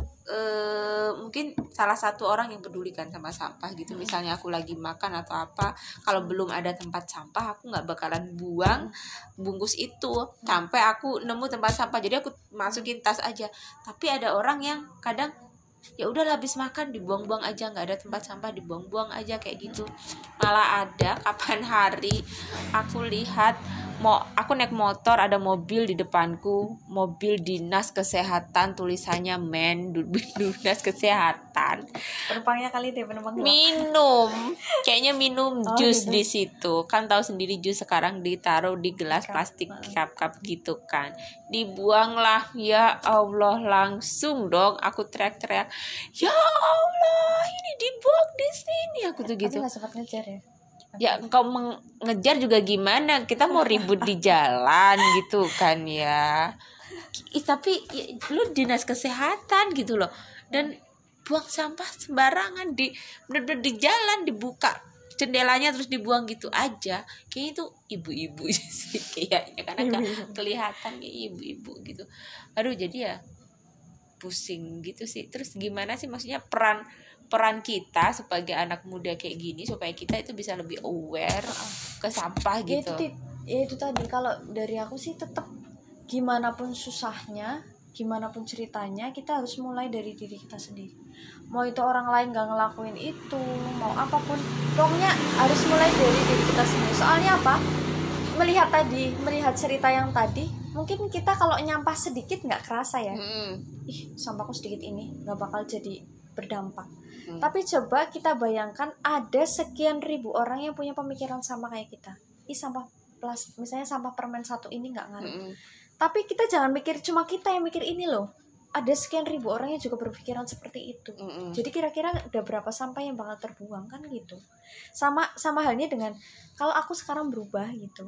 mungkin salah satu orang yang peduli kan sama sampah gitu. Misalnya aku lagi makan atau apa, kalau belum ada tempat sampah aku nggak bakalan buang bungkus itu sampai aku nemu tempat sampah, jadi aku masukin tas aja. Tapi ada orang yang kadang ya udah habis makan dibuang-buang aja, nggak ada tempat sampah dibuang-buang aja kayak gitu. Malah ada kapan hari aku lihat aku naik motor, ada mobil di depanku, mobil dinas kesehatan, tulisannya dinas kesehatan. Penumpangnya kali itu penumpang kayaknya minum jus gitu. Di situ kan tahu sendiri jus sekarang ditaruh di gelas plastik cup gitu kan, dibuanglah. Ya Allah, langsung dong aku teriak-teriak, ya Allah ini dibuang di sini, aku tuh gitu. Tapi nggak sempat ngejar ya. Ya engkau mengejar juga gimana, kita mau ribut di jalan gitu kan ya. Tapi ya, lu dinas kesehatan gitu loh, dan buang sampah sembarangan bener-bener di jalan, dibuka jendelanya terus dibuang gitu aja. Kayaknya itu ibu-ibu sih kayaknya, karena kelihatan kayak ibu-ibu gitu. Aduh, jadi ya pusing gitu sih. Terus gimana sih maksudnya peran kita sebagai anak muda kayak gini supaya kita itu bisa lebih aware ke sampah gitu. Itu tadi, kalau dari aku sih tetap gimana pun susahnya, gimana pun ceritanya, kita harus mulai dari diri kita sendiri. Mau itu orang lain gak ngelakuin itu, mau apapun, pokoknya harus mulai dari diri kita sendiri. Soalnya apa? Melihat cerita yang tadi, mungkin kita kalau nyampah sedikit nggak kerasa ya. Sampahku sedikit ini nggak bakal jadi berdampak. Tapi coba kita bayangkan ada sekian ribu orang yang punya pemikiran sama kayak kita. Sampah plastik, misalnya sampah permen satu ini nggak ngaruh. Tapi kita jangan mikir cuma kita yang mikir ini loh. ada sekian ribu orang yang juga berpikiran seperti itu. Jadi kira-kira udah berapa sampah yang bakal terbuang kan gitu. Sama halnya dengan kalau aku sekarang berubah gitu.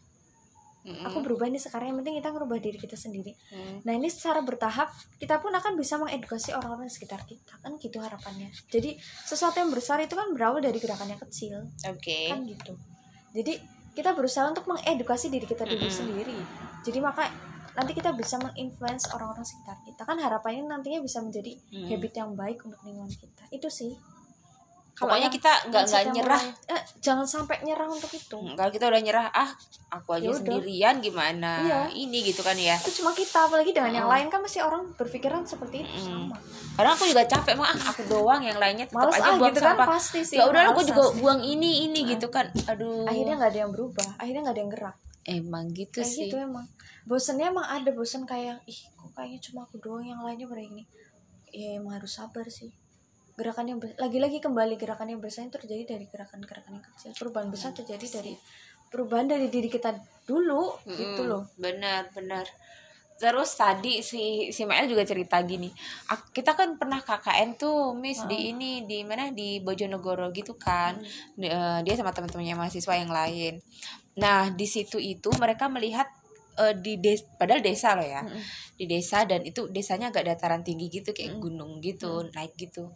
Aku berubah nih sekarang, yang penting kita ngerubah diri kita sendiri. Nah ini secara bertahap kita pun akan bisa mengedukasi orang-orang di sekitar kita kan gitu harapannya. Jadi sesuatu yang besar itu kan berawal dari gerakan yang kecil. Kan gitu. Jadi kita berusaha untuk mengedukasi diri kita dulu sendiri. Jadi maka nanti kita bisa menginfluence orang-orang sekitar kita kan, harapannya nantinya bisa menjadi habit yang baik untuk lingkungan kita. Itu sih. Pokoknya kita nggak nyerah, jangan sampai nyerah untuk itu. Kalau kita udah nyerah, aku aja sendirian gimana, ini gitu kan ya. Itu cuma kita, apalagi dengan yang lain kan masih orang berpikiran seperti itu sama. Kadang aku juga capek, aku doang, yang lainnya tetap males aja buang gitu sampah. Kan, pasti sih. Ya udah aku juga buang ini gitu kan. Aduh. Akhirnya nggak ada yang berubah, akhirnya nggak ada yang gerak. Emang gitu sih. Gitu emang. Bosennya emang ada, bosen kayak kok kayaknya cuma aku doang, yang lainnya pada ini. Ya emang harus sabar sih. Gerakan yang lagi-lagi kembali gerakan yang besar itu terjadi dari gerakan-gerakan yang kecil. Perubahan besar terjadi dari perubahan dari diri kita dulu gitu loh. Benar. Terus tadi si Mael juga cerita gini, kita kan pernah KKN tuh Miss di mana di Bojonegoro gitu kan. Dia sama teman-temannya mahasiswa yang lain. Nah di situ itu mereka melihat padahal desa loh ya, di desa, dan itu desanya agak dataran tinggi gitu kayak gunung gitu, naik gitu.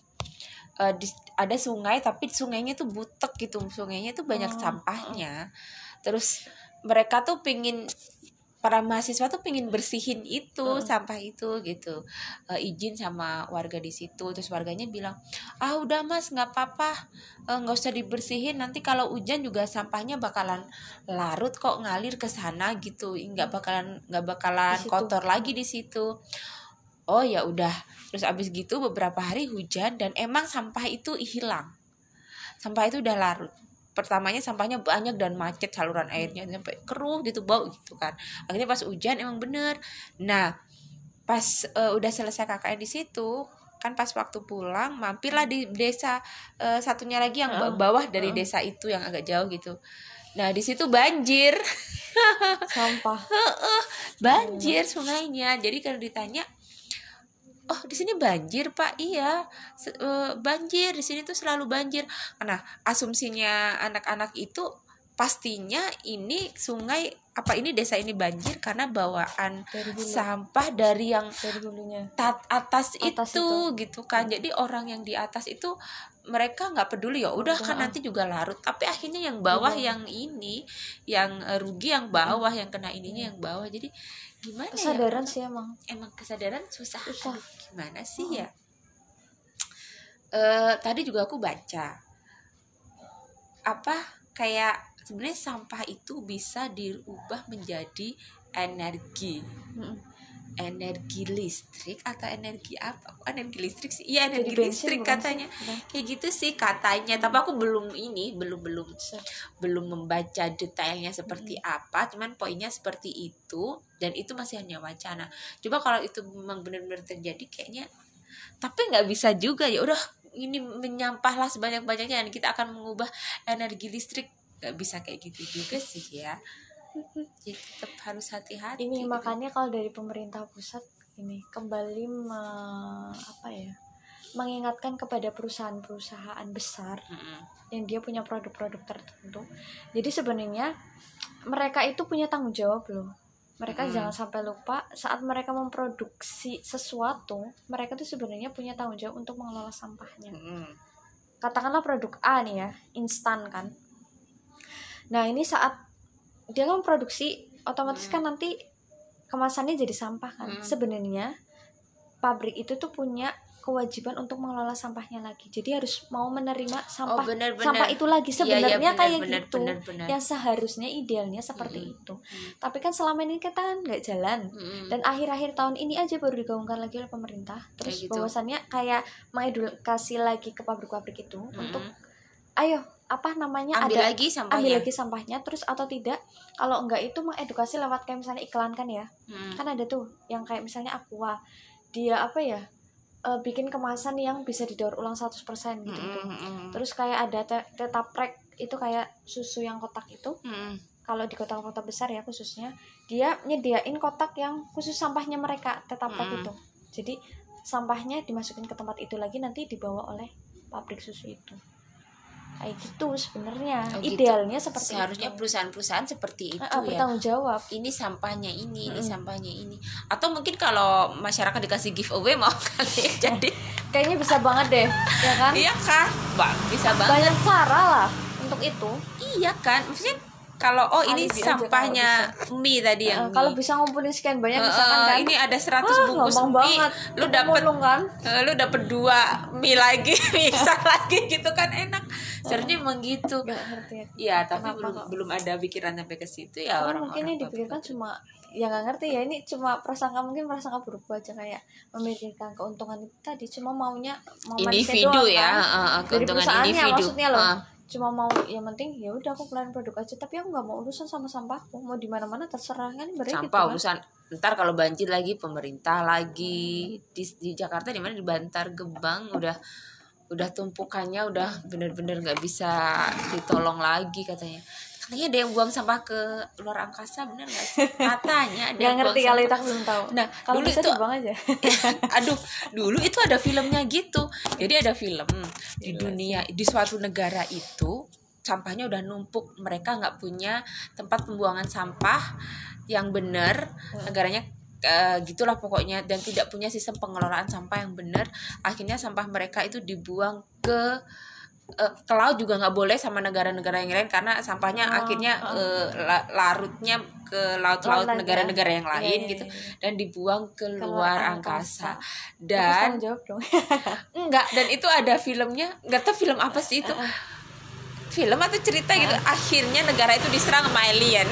Ada sungai tapi sungainya tuh butek gitu, sungainya tuh banyak sampahnya. Terus mereka tuh para mahasiswa tuh pingin bersihin itu sampah itu gitu, izin sama warga di situ. Terus warganya bilang, udah mas nggak apa-apa, nggak usah dibersihin, nanti kalau hujan juga sampahnya bakalan larut kok, ngalir ke sana gitu, nggak bakalan kotor lagi di situ. Oh ya udah. Terus abis gitu beberapa hari hujan dan emang sampah itu hilang, sampah itu udah larut. Pertamanya sampahnya banyak dan macet saluran airnya sampai keruh gitu, bau gitu kan. Akhirnya pas hujan emang bener. Nah pas udah selesai KKN di situ kan, pas waktu pulang mampirlah di desa satunya lagi yang bawah dari desa itu yang agak jauh gitu. Nah di situ banjir sampah banjir sungainya. Jadi kalau ditanya, di sini banjir Pak, iya banjir di sini tuh selalu banjir. Nah asumsinya anak-anak itu pastinya ini sungai ini desa ini banjir karena bawaan sampah dari yang atas itu gitu kan. Jadi orang yang di atas itu mereka nggak peduli, ya udah kan nanti juga larut. Tapi akhirnya yang bawah yang ini yang rugi, yang bawah yang kena ininya yang bawah. Jadi gimana kesadaran ya? Sih emang kesadaran susah. Gimana sih ya? Tadi juga aku baca kayak sebenarnya sampah itu bisa diubah menjadi energi. Energi listrik atau energi apa? Energi listrik sih. Iya, energi listrik katanya. Kayak gitu sih katanya. Tapi aku belum membaca detailnya seperti apa. Cuman poinnya seperti itu, dan itu masih hanya wacana. Coba kalau itu memang benar-benar terjadi kayaknya, tapi nggak bisa juga. Ya udah, ini menyampahlah sebanyak-banyaknya dan kita akan mengubah energi listrik. Nggak bisa kayak gitu juga sih ya. Jadi tetap harus hati-hati. Ini makanya kalau dari pemerintah pusat ini kembali mengingatkan kepada perusahaan-perusahaan besar yang dia punya produk-produk tertentu. Jadi sebenarnya mereka itu punya tanggung jawab loh. Mereka jangan sampai lupa saat mereka memproduksi sesuatu, mereka tuh sebenarnya punya tanggung jawab untuk mengelola sampahnya. Katakanlah produk A nih ya, instan kan. Nah ini saat dia kan produksi, otomatis kan nanti kemasannya jadi sampah kan. Sebenarnya pabrik itu tuh punya kewajiban untuk mengelola sampahnya lagi. Jadi harus mau menerima sampah sampah itu lagi sebenarnya kayak gitu. Bener. Yang seharusnya idealnya seperti itu. Tapi kan selama ini kita kan nggak jalan. Dan akhir-akhir tahun ini aja baru digaungkan lagi oleh pemerintah. Terus bahwasannya kayak mengedukasi lagi ke pabrik-pabrik itu untuk ayo ambil lagi sampahnya terus atau tidak, kalau enggak itu mengedukasi lewat kayak misalnya iklan kan ya. Kan ada tuh yang kayak misalnya Aqua, dia bikin kemasan yang bisa didaur ulang 100% gitu. Terus kayak ada Tetrapack itu kayak susu yang kotak itu. Kalau di kota-kota besar ya khususnya, dia nyediain kotak yang khusus sampahnya mereka, Tetrapack itu. Jadi sampahnya dimasukin ke tempat itu lagi, nanti dibawa oleh pabrik susu itu. Kayak gitu sebenarnya. Idealnya gitu. Seperti seharusnya itu. Perusahaan-perusahaan seperti itu ya. Bertanggung jawab. Ini sampahnya ini sampahnya ini. Atau mungkin kalau masyarakat dikasih giveaway mau kali ya. Jadi kayaknya bisa banget deh, ya kan? Iya kan, bisa banget. Banyak cara lah untuk itu. Iya kan, maksudnya kalau ini sampahnya mie tadi yang kalau bisa ngumpulin sekian banyak misalkan kan ini ada 100 bungkus mie banget. Lu dapet 2 mie lagi bisa lagi gitu kan, enak. Seharusnya emang gitu. Gak ngerti ya. Tapi belum ada pikiran sampai ke situ ya. Orang mungkin ini dipikirkan cuma ya nggak ngerti ya, ini cuma prasangka buruk aja, kayak memikirkan keuntungan itu tadi, cuma mau individu ya kan? Dari perusahaannya individu. Maksudnya loh cuma mau yang penting ya udah aku keluarin produk aja, tapi aku nggak mau urusan sama sampahku, mau di mana terserah kan, sampah gitu, urusan kan? Ntar kalau banjir lagi pemerintah lagi di Jakarta, di mana, di Bantar Gebang udah tumpukannya udah bener-bener nggak bisa ditolong lagi katanya ada yang buang sampah ke luar angkasa, bener nggak sih? Katanya ada yang ngerti kali, tak belum tahu. Nah, kalau dulu itu aja. dulu itu ada filmnya gitu. Jadi ada film di dunia, di suatu negara itu sampahnya udah numpuk, mereka nggak punya tempat pembuangan sampah yang benar, negaranya gitulah pokoknya, dan tidak punya sistem pengelolaan sampah yang benar. Akhirnya sampah mereka itu dibuang ke laut juga nggak boleh sama negara-negara yang lain, karena sampahnya akhirnya larutnya ke laut-laut negara-negara yang lain gitu, dan dibuang ke luar angkasa. Dan enggak, dan itu ada filmnya, nggak tahu film apa sih itu, film atau cerita gitu. Akhirnya negara itu diserang sama alien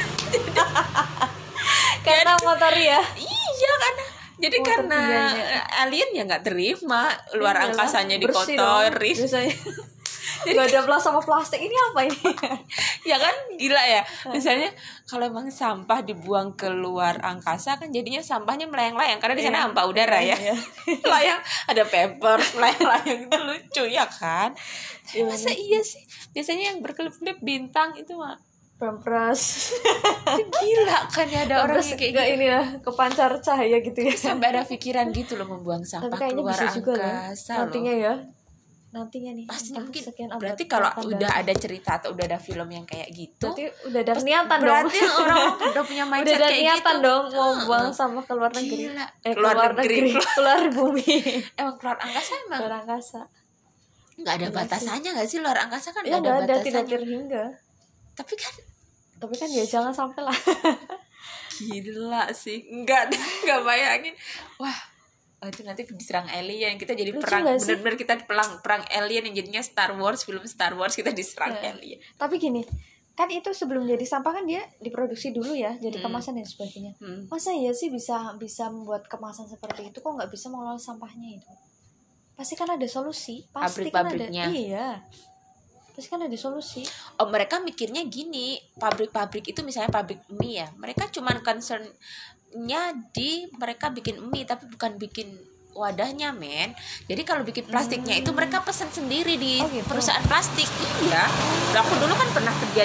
karena motor ya. Iya, jadi karena alien ya nggak terima luar angkasanya dikotorin. Jadi gak ada sama plastik, ini apa ini? Ya kan, gila ya. Misalnya kalau emang sampah dibuang ke luar angkasa kan jadinya sampahnya melayang-layang, karena di sana hampa udara ya. Layang, ada paper melayang-layang, itu lucu ya kan. Masa iya sih? Biasanya yang berkelip-kelip bintang itu mah Pampers. Gila kan ya, ada orang yang kayak gitu. Ini lah, kepancar cahaya gitu ya. Sampai ada pikiran gitu loh, membuang sampah keluar angkasa loh. Nantinya nih. Pasti mungkin. Berarti kalau udah ada cerita atau udah ada film yang kayak gitu, berarti udah ada niatan dong. Berarti orang udah punya mindset kayak gitu. Udah ada niatan dong mau buang sampah ke luar negeri. Keluar negeri. Keluar bumi. Emang keluar angkasa emang. Keluar angkasa. Nggak ada batasannya nggak sih luar angkasa kan? Ya, nggak ada, tidak terhingga. Tapi kan ya jangan sampai lah. Gila sih, nggak bayangin. Wah, itu nanti diserang alien, kita jadi lucu perang, bener-bener kita perang alien yang jadinya Star Wars, film Star Wars, kita diserang alien. Tapi gini, kan itu sebelum jadi sampah kan dia diproduksi dulu ya, jadi kemasan dan sebagainya. Masa ya sih bisa membuat kemasan seperti itu, kok nggak bisa mengelola sampahnya itu? Pasti kan ada solusi, pasti kan ada. Iya. Pasti kan ada solusi. Oh, mereka mikirnya gini, pabrik-pabrik itu misalnya pabrik mie ya, mereka cuman concernnya di mereka bikin mie, tapi bukan bikin wadahnya, men. Jadi kalau bikin plastiknya itu mereka pesan sendiri di perusahaan plastik. Iya. Aku dulu kan pernah kerja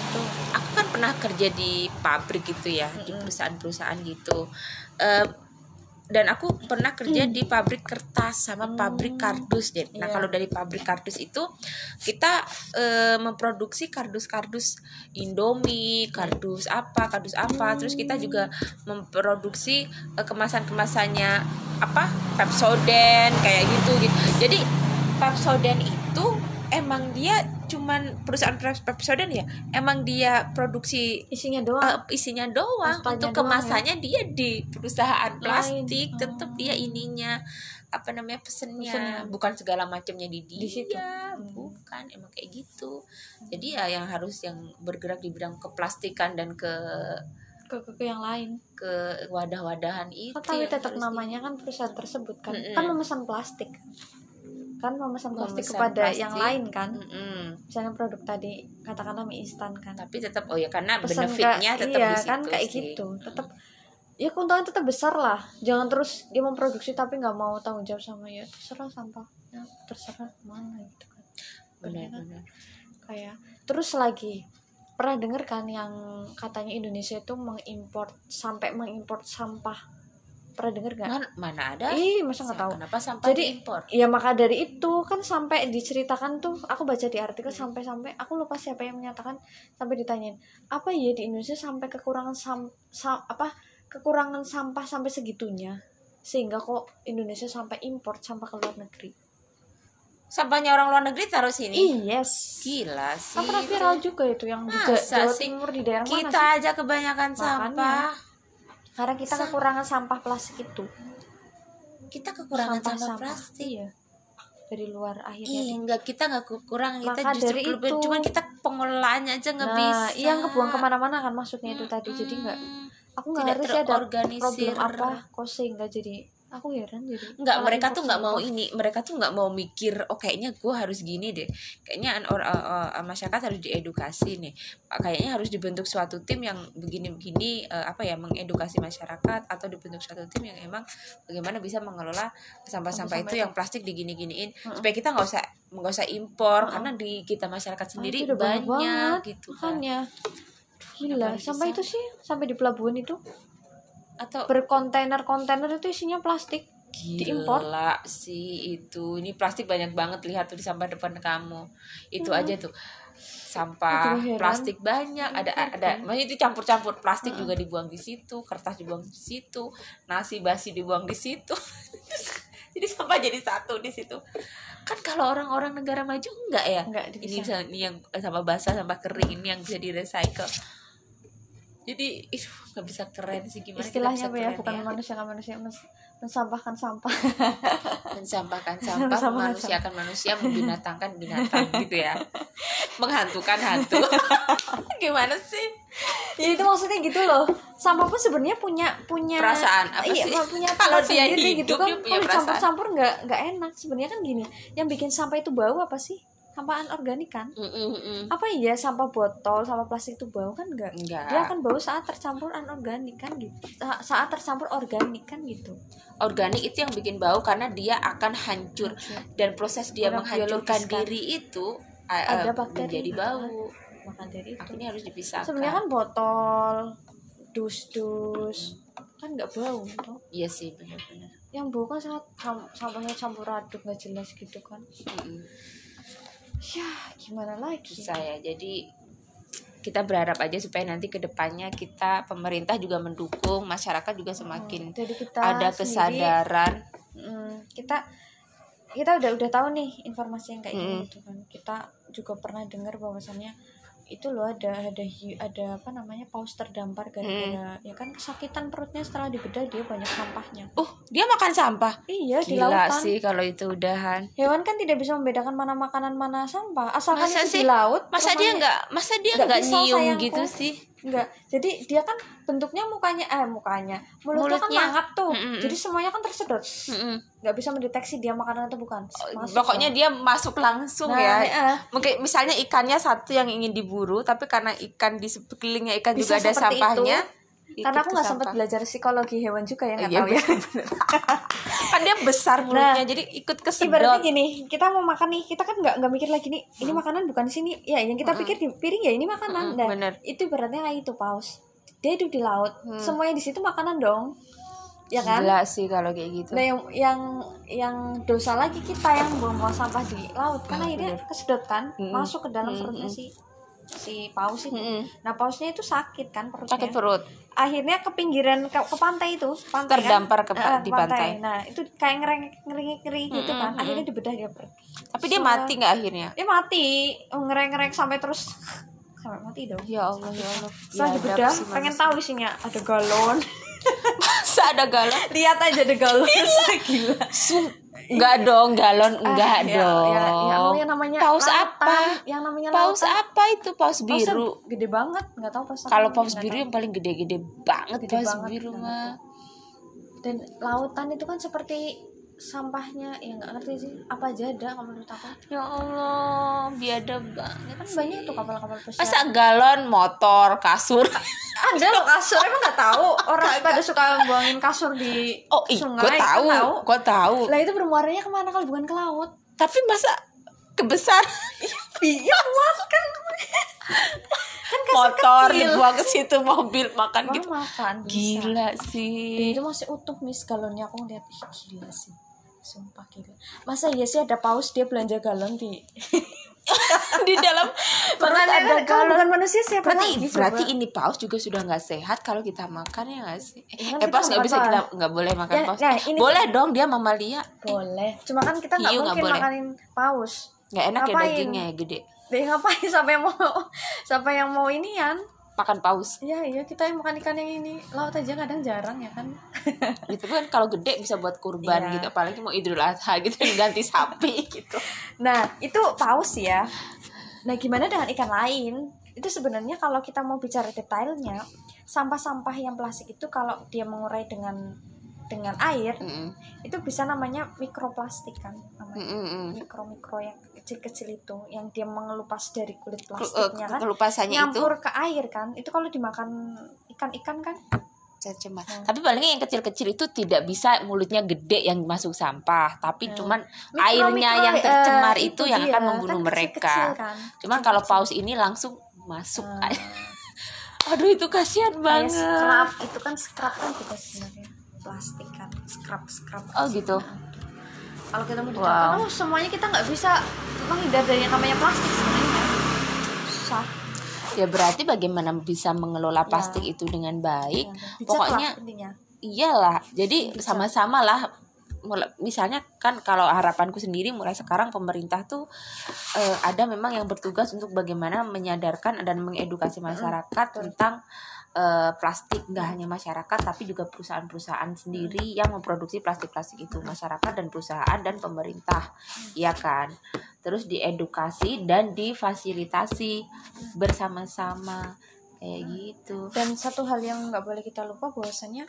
di pabrik gitu ya, di perusahaan-perusahaan gitu. Dan aku pernah kerja di pabrik kertas sama pabrik kardus. Nah, kalau dari pabrik kardus itu kita memproduksi kardus-kardus Indomie, kardus apa. Terus kita juga memproduksi kemasan-kemasannya Pepsodent kayak gitu. Jadi Pepsodent itu emang dia cuman perusahaan Pepsodent ya, emang dia produksi isinya doang untuk kemasannya dia di perusahaan plastik. Tetap dia ininya pesennya bukan segala macamnya di dia. Bukan, emang kayak gitu. Jadi ya yang bergerak di bidang keplastikan dan ke yang lain, ke wadah-wadahan itu. Tapi tetap namanya kan perusahaan tersebut kan memesan plastik. Kepada yang lain kan. Misalnya produk tadi katakanlah mie instan kan, tapi tetap karena benefitnya tetap di situ kan, kayak sih. gitu. Tetap ya keuntungan tetap besar lah. Jangan terus dia memproduksi tapi nggak mau tanggung jawab sama terserah sampahnya, terserah mana gitu kan. Benar. Kayak terus lagi pernah dengar kan yang katanya Indonesia itu mengimpor sampah Pernah denger gak? Mana ada? Masa nggak tahu. Kenapa sampah Jadi diimpor? ya maka dari itu kan sampai diceritakan tuh, aku baca di artikel sampai aku lupa siapa yang menyatakan, sampai ditanyain apa ya di Indonesia sampai kekurangan kekurangan sampah sampai segitunya sehingga kok Indonesia sampai impor sampah ke luar negeri. Sampahnya orang luar negeri taruh sini. Yes. Gila sih. Kan pernah viral juga itu yang di Jawa Timur, di daerah mana sih? Kita aja kebanyakan sampah. Karena kita kekurangan sampah plastik itu. Kita kekurangan sampah plastik ya. Dari luar akhirnya. Enggak, kita nggak kekurangan, kita Maka justru dari itu, cuma kita pengelolaannya aja nggak bisa. Yang kebuang kemana-mana kan maksudnya itu tadi. Jadi aku nggak ngerti sih ada problem apa kok sehingga jadi aku heran jadi. Enggak, mereka tuh nggak mau mereka tuh nggak mau mikir, kayaknya gue harus gini deh, kayaknya masyarakat harus diedukasi nih, kayaknya harus dibentuk suatu tim yang begini-begini, mengedukasi masyarakat, atau dibentuk suatu tim yang emang bagaimana bisa mengelola sampah-sampah itu yang plastik digini-giniin, supaya kita nggak usah impor, karena di kita masyarakat sendiri banyak gitu kan. Gila, sampai itu sih sampai di pelabuhan itu atau berkontainer-kontainer itu isinya plastik. Diimpor. Gila sih itu. Ini plastik banyak banget, lihat tuh di sampah depan kamu. Itu aja tuh. Sampah plastik banyak, ada maksudnya itu campur-campur, plastik juga dibuang di situ, kertas dibuang di situ, nasi basi dibuang di situ. Jadi sampah jadi satu di situ. Kan kalau orang-orang negara maju enggak ya? Ini yang sampah basah, sampah kering ini yang bisa di-recycle. Jadi itu nggak bisa keren sih, gimana istilahnya apa ya, bukan manusia mensampahkan sampah. Mensampahkan sampah, memanusiakan manusia, membinatangkan binatang gitu ya. Menghantukan hantu. Gimana sih? Ya itu maksudnya gitu loh. Sampah pun sebenarnya punya perasaan apa sih? Punya kalau dia hidup gitu kan, dia punya perasaan. Campur-campur nggak enak. Sebenarnya kan gini, yang bikin sampah itu bau apa sih? Sampah anorganik kan? Apa iya sampah botol, sampah plastik itu bau kan enggak? Dia akan bau saat tercampur anorganik kan gitu. Saat tercampur organik kan gitu. Organik itu yang bikin bau karena dia akan hancur dan proses dia menghancurkan diri itu ada bakteri menjadi bau. Maka dari itu ini harus dipisahkan. Sebenarnya kan botol, dus kan nggak bau toh? Iya sih, benar-benar. Yang bau kan saat sampahnya campur aduk nggak jelas gitu kan. Ya gimana lagi saya, jadi kita berharap aja supaya nanti kedepannya kita, pemerintah juga mendukung, masyarakat juga semakin jadi kita ada kesadaran. Kita udah tahu nih informasi yang kayak gitu kan. Kita juga pernah dengar bahwasannya itu loh ada apa namanya, paus terdampar gara-gara ya kan kesakitan perutnya setelah dibedah dia banyak sampahnya. Dia makan sampah? Iya. Gila, di lautan sih kalau itu udahan. Hewan kan tidak bisa membedakan mana makanan mana sampah asalkan itu di laut. Masa dia nggak nyium gitu sih? Enggak, jadi dia kan bentuknya mulutnya kan mangap tuh. Jadi semuanya kan tersedot. Nggak bisa mendeteksi dia makanan atau bukan. Pokoknya dia masuk langsung Mungkin misalnya ikannya satu yang ingin diburu, tapi karena ikan di sekelilingnya ikan bisa juga ada sampahnya. Karena aku nggak sempat belajar psikologi hewan juga ya, nggak tahu ya. Kan dia besar mulutnya, jadi ikut kesedot. Ibaratnya gini, kita mau makan nih, kita kan nggak mikir lagi nih, ini makanan bukan di sini. Ya yang kita pikir di piring ya ini makanan. Itu ibaratnya kayak itu paus. Dia hidup di laut, semuanya di situ makanan dong. Ya kan? Gila sih kalau kayak gitu. Nah yang dosa lagi kita yang buang-buang sampah di laut, karena akhirnya kesedot kan, masuk ke dalam perutnya si paus itu. Nah pausnya itu sakit kan perutnya. Sakit perut. Akhirnya ke pinggiran ke pantai itu, terdampar kan? Di pantai. Nah itu kayak ngeri gitu kan. Akhirnya dibedah dia perut. Tapi dia mati nggak akhirnya? Dia mati, ngereng sampai mati dong. Ya Allah. Setelah dibedah, pengen tahu isinya, ada galon. Masa ada galon? Lihat aja ada galon. Gila. Enggak dong, galon enggak dong. Yang namanya paus lautan, apa? Yang namanya paus lautan. Apa itu? Paus biru. Gede banget, enggak tahu paus. Kalau paus biru yang paling gede-gede banget, paus biru mah. Dan lautan itu kan seperti sampahnya, ya nggak ngerti sih apa aja ada kalau menurut aku. Ya Allah, biadab banget kan sih. Banyak tuh kapal-kapal pesiar. Masa galon, motor, kasur. Ada loh kasur, emang nggak tahu orang pada suka buangin kasur di sungai. Gue tahu. Lah itu bermuaranya kemana kalau bukan ke laut? Tapi masa kebesar? Iya mas kan. Kan kasur motor kecil. dibuang ke situ, mobil makan Mau gitu. makan bisa. Gila Dan sih. itu masih utuh Miss galonnya, aku ngeliat gila sih. Sumpah gila. Masa iya sih ada paus dia belanja galon di Di dalam perut makanya ada kan kalau galon. bukan manusia siapa Berarti lagi berarti coba? ini paus juga sudah nggak sehat kalau kita makan, ya nggak sih? Ya kan kita Paus nggak makan bisa, paus. kita nggak boleh makan Ya, paus. nah, ini Boleh dong, dia mamalia. boleh. Cuma kan kita nggak Hiu nggak mungkin boleh. makanin paus. Nggak enak ya Ngapain? dagingnya ya, gede. Deh ngapain sampai yang mau inian? Makan paus. Iya kita yang makan ikan yang ini laut aja kadang jarang ya kan. Gitu kan kalau gede bisa buat kurban Iya. gitu, apalagi mau Idul Adha gitu ganti sapi gitu. Nah itu paus ya. Nah gimana dengan ikan lain? Itu sebenarnya kalau kita mau bicara detailnya, sampah-sampah yang plastik itu kalau dia mengurai dengan air, itu bisa namanya mikroplastik kan, namanya mikro yang kecil-kecil itu, yang dia mengelupas dari kulit plastiknya kan, Kelupasannya nyampur itu ke air kan, itu kalau dimakan ikan-ikan kan cemar. Tapi palingnya yang kecil-kecil itu tidak bisa mulutnya gede yang masuk sampah, tapi cuman airnya yang tercemar itu yang dia, akan membunuh kan mereka. kan, Cuman kalau paus ini langsung masuk. Aduh itu kasihan banget. Scrub itu kan, scrub kan juga sebenarnya plastik kan, scrub. Oh gitu. Kalau kita mau dikatakan, semuanya kita nggak bisa menghindar dari yang namanya plastik sebenarnya. Susah. Ya berarti bagaimana bisa mengelola plastik itu dengan baik? Pokoknya iyalah. Jadi sama-sama lah. Misalnya kan kalau harapanku sendiri mulai sekarang pemerintah tuh ada memang yang bertugas untuk bagaimana menyadarkan dan mengedukasi masyarakat tentang plastik. Nggak hanya masyarakat tapi juga perusahaan-perusahaan sendiri yang memproduksi plastik-plastik itu, masyarakat dan perusahaan dan pemerintah, ya kan. Terus diedukasi dan difasilitasi bersama-sama kayak gitu. Dan satu hal yang nggak boleh kita lupa bahwasanya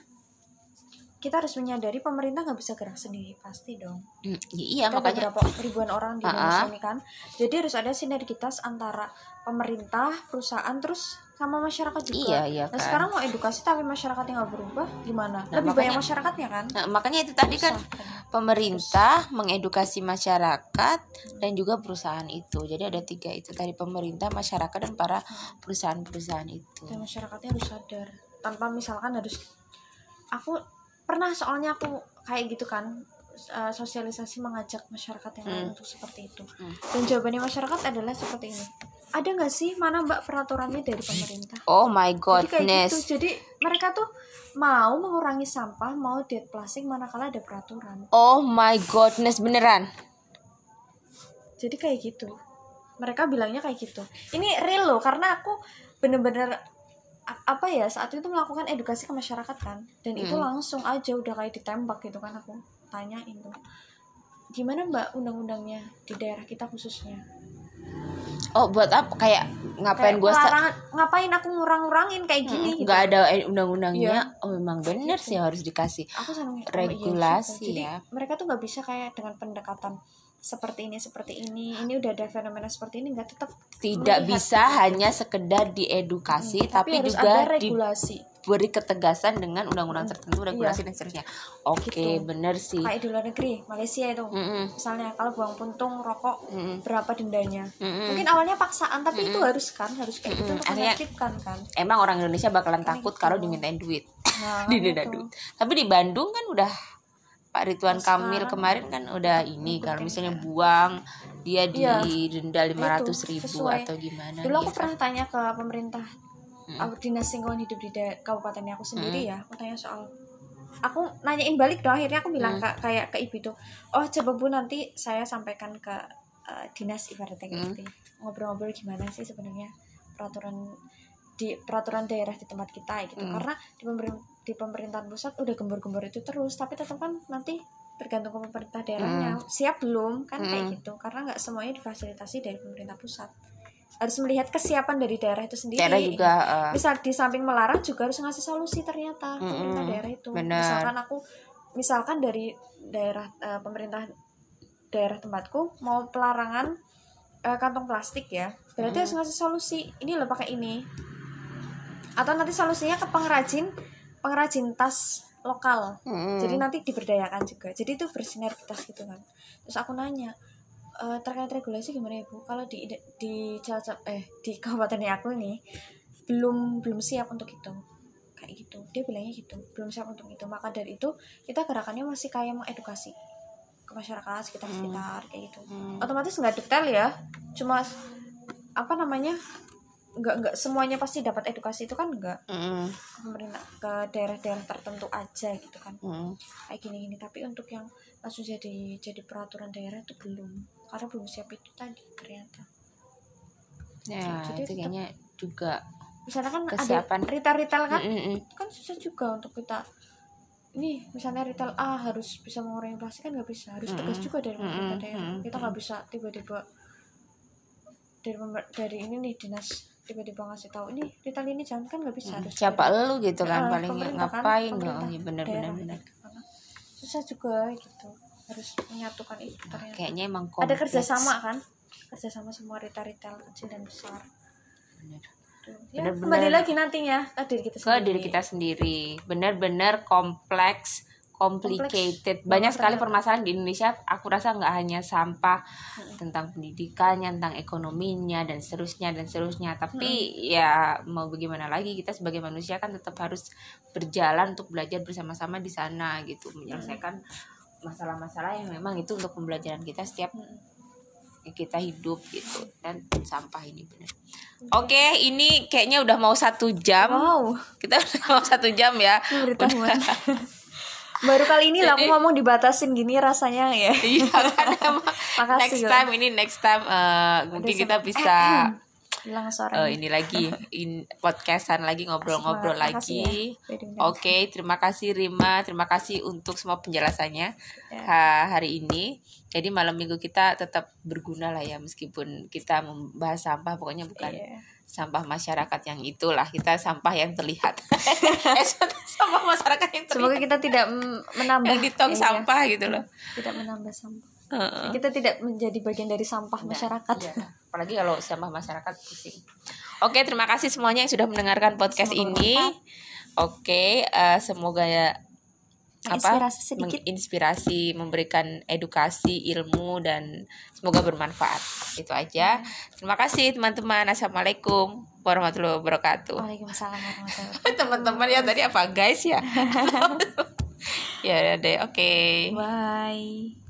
kita harus menyadari pemerintah nggak bisa gerak sendiri, pasti dong. Iya, kita makanya ada berapa ribuan orang di Indonesia ini kan, jadi harus ada sinergitas antara pemerintah, perusahaan, terus sama masyarakat juga. Iya Nah kan. Sekarang mau edukasi tapi masyarakatnya nggak berubah, gimana? Nah, lebih banyak masyarakatnya kan. Nah, makanya itu tadi kan pemerintah mengedukasi masyarakat dan juga perusahaan itu. Jadi ada 3 itu tadi, pemerintah, masyarakat, dan para perusahaan-perusahaan itu. Dan masyarakatnya harus sadar. Tanpa misalkan harus, aku pernah soalnya aku kayak gitu kan, sosialisasi mengajak masyarakat yang lain untuk seperti itu. Dan jawabannya masyarakat adalah seperti ini. Ada nggak sih mana mbak peraturannya dari pemerintah? Oh my godness. Jadi kayak gitu. Jadi mereka tuh mau mengurangi sampah, mau diet plastik manakala ada peraturan. Oh my godness, beneran. Jadi kayak gitu. Mereka bilangnya kayak gitu. Ini real loh, karena aku bener-bener apa ya, saat itu melakukan edukasi ke masyarakat kan, dan itu langsung aja udah kayak ditembak gitu kan. Aku tanyain tuh, gimana mbak undang-undangnya di daerah kita khususnya? Oh buat apa, kayak ngapain gue ngapain aku ngurang-ngurangin kayak gini nggak gitu. ada undang-undangnya. Iya. Oh memang bener Gitu. sih harus dikasih Aku regulasi Jadi ya. mereka tuh nggak bisa kayak dengan pendekatan seperti ini udah ada fenomena seperti ini, nggak tetap tidak bisa gitu. Hanya sekedar diedukasi, tapi harus juga ada regulasi, diberi ketegasan dengan undang-undang tertentu, regulasi Iya. dan seterusnya. Oke, Gitu. bener sih. Kayak di luar negeri, Malaysia itu misalnya kalau buang puntung rokok berapa dendanya. Mungkin awalnya paksaan tapi itu harus kayak gitu untuk menertibkan kan. Emang orang Indonesia bakalan takut gitu. kalau dimintain duit. Nah, Didenda gitu. duit. Tapi di Bandung kan udah Pak Ridwan Kamil Sekarang kemarin kan udah ini, kalau misalnya buang dia didenda 500.000 sesuai. atau gimana. Dulu aku gitu. pernah tanya ke pemerintah, dinas lingkungan hidup di kabupaten aku sendiri ya, aku tanya soal, aku nanyain balik dong, akhirnya aku bilang kayak ke ibu itu, oh coba bu nanti saya sampaikan ke dinas ibaratnya gitu, ngobrol-ngobrol gimana sih sebenarnya peraturan daerah di tempat kita gitu, karena di pemerintahan pusat udah gembor-gembor itu terus, tapi tetap kan nanti tergantung ke pemerintah daerahnya siap belum kan kayak gitu, karena nggak semuanya difasilitasi dari pemerintah pusat, harus melihat kesiapan dari daerah itu sendiri. Daerah juga misal di samping melarang juga harus ngasih solusi ternyata pemerintah daerah itu. Bener. Misalkan dari daerah pemerintah daerah tempatku mau pelarangan kantong plastik ya, berarti harus ngasih solusi, ini loh pakai ini, atau nanti solusinya ke pengrajin tas lokal. Jadi nanti diberdayakan juga. Jadi itu bersinergitas gitu kan. Terus aku nanya, terkait regulasi gimana ya Bu? Kalau di di kabupaten aku nih belum siap untuk itu, kayak gitu. Dia bilangnya gitu, belum siap untuk itu. Maka dari itu kita gerakannya masih kayak mengedukasi ke masyarakat sekitar kayak gitu. Otomatis nggak detail ya, cuma apa namanya, nggak semuanya pasti dapat edukasi itu kan, nggak pemerintah ke daerah-daerah tertentu aja gitu kan, kayak gini-gini. Tapi untuk yang langsung jadi peraturan daerah itu belum, karena belum siap itu tadi ternyata ya. Jadi itu kayaknya juga misalnya kan kesiapan. ada retail kan kan susah juga untuk kita ini, misalnya retail A harus bisa mengurangi plastik kan nggak bisa, harus tegas juga dari pemerintah daerah. Kita nggak bisa tiba-tiba dari ini nih dinas tiba-tiba ngasih tahu ini retail ini jangan, kan nggak bisa. Harus siapa lu gitu kan, paling ngapain kan, ya, bener. Susah juga gitu, harus menyatukan itu ternyata. Kayaknya emang kompleks. Ada kerjasama kan, kerjasama semua retail kecil dan besar. Ya, kembali lagi nantinya ke diri kita sendiri. Bener-bener kompleks, complicated. Banyak sekali permasalahan di Indonesia. Aku rasa nggak hanya sampah, tentang pendidikannya, tentang ekonominya dan seterusnya. Tapi ya mau bagaimana lagi, kita sebagai manusia kan tetap harus berjalan untuk belajar bersama-sama di sana gitu, menyelesaikan masalah-masalah yang memang itu untuk pembelajaran kita setiap kita hidup gitu. Dan sampah ini benar. Oke, ini kayaknya udah mau 1 jam. Wow. Kita udah mau 1 jam ya. Baru kali ini lah aku ngomong dibatasin gini rasanya ya. Iya kan. Makasih next time mungkin kita bisa hilang suaranya. Ini lagi podcastan lagi, ngobrol-ngobrol lagi. Ya. Oke, terima kasih Rima, terima kasih untuk semua penjelasannya hari ini. Jadi malam minggu kita tetap berguna lah ya, meskipun kita membahas sampah, pokoknya bukan sampah masyarakat yang itulah, kita sampah yang terlihat. Sampah masyarakat yang terlihat. Semoga kita tidak menambah di tong sampah gitu loh. Tidak menambah sampah. Kita tidak menjadi bagian dari sampah masyarakat. Apalagi kalau sampah masyarakat pusing. Oke, terima kasih semuanya yang sudah mendengarkan podcast ini. Oke, semoga ya menginspirasi, memberikan edukasi, ilmu, dan semoga bermanfaat. Itu aja. Terima kasih teman-teman. Assalamualaikum warahmatullahi wabarakatuh. Waalaikumsalam warahmatullahi wabarakatuh. Teman-teman ya tadi apa guys ya? Ya deh, oke. Bye.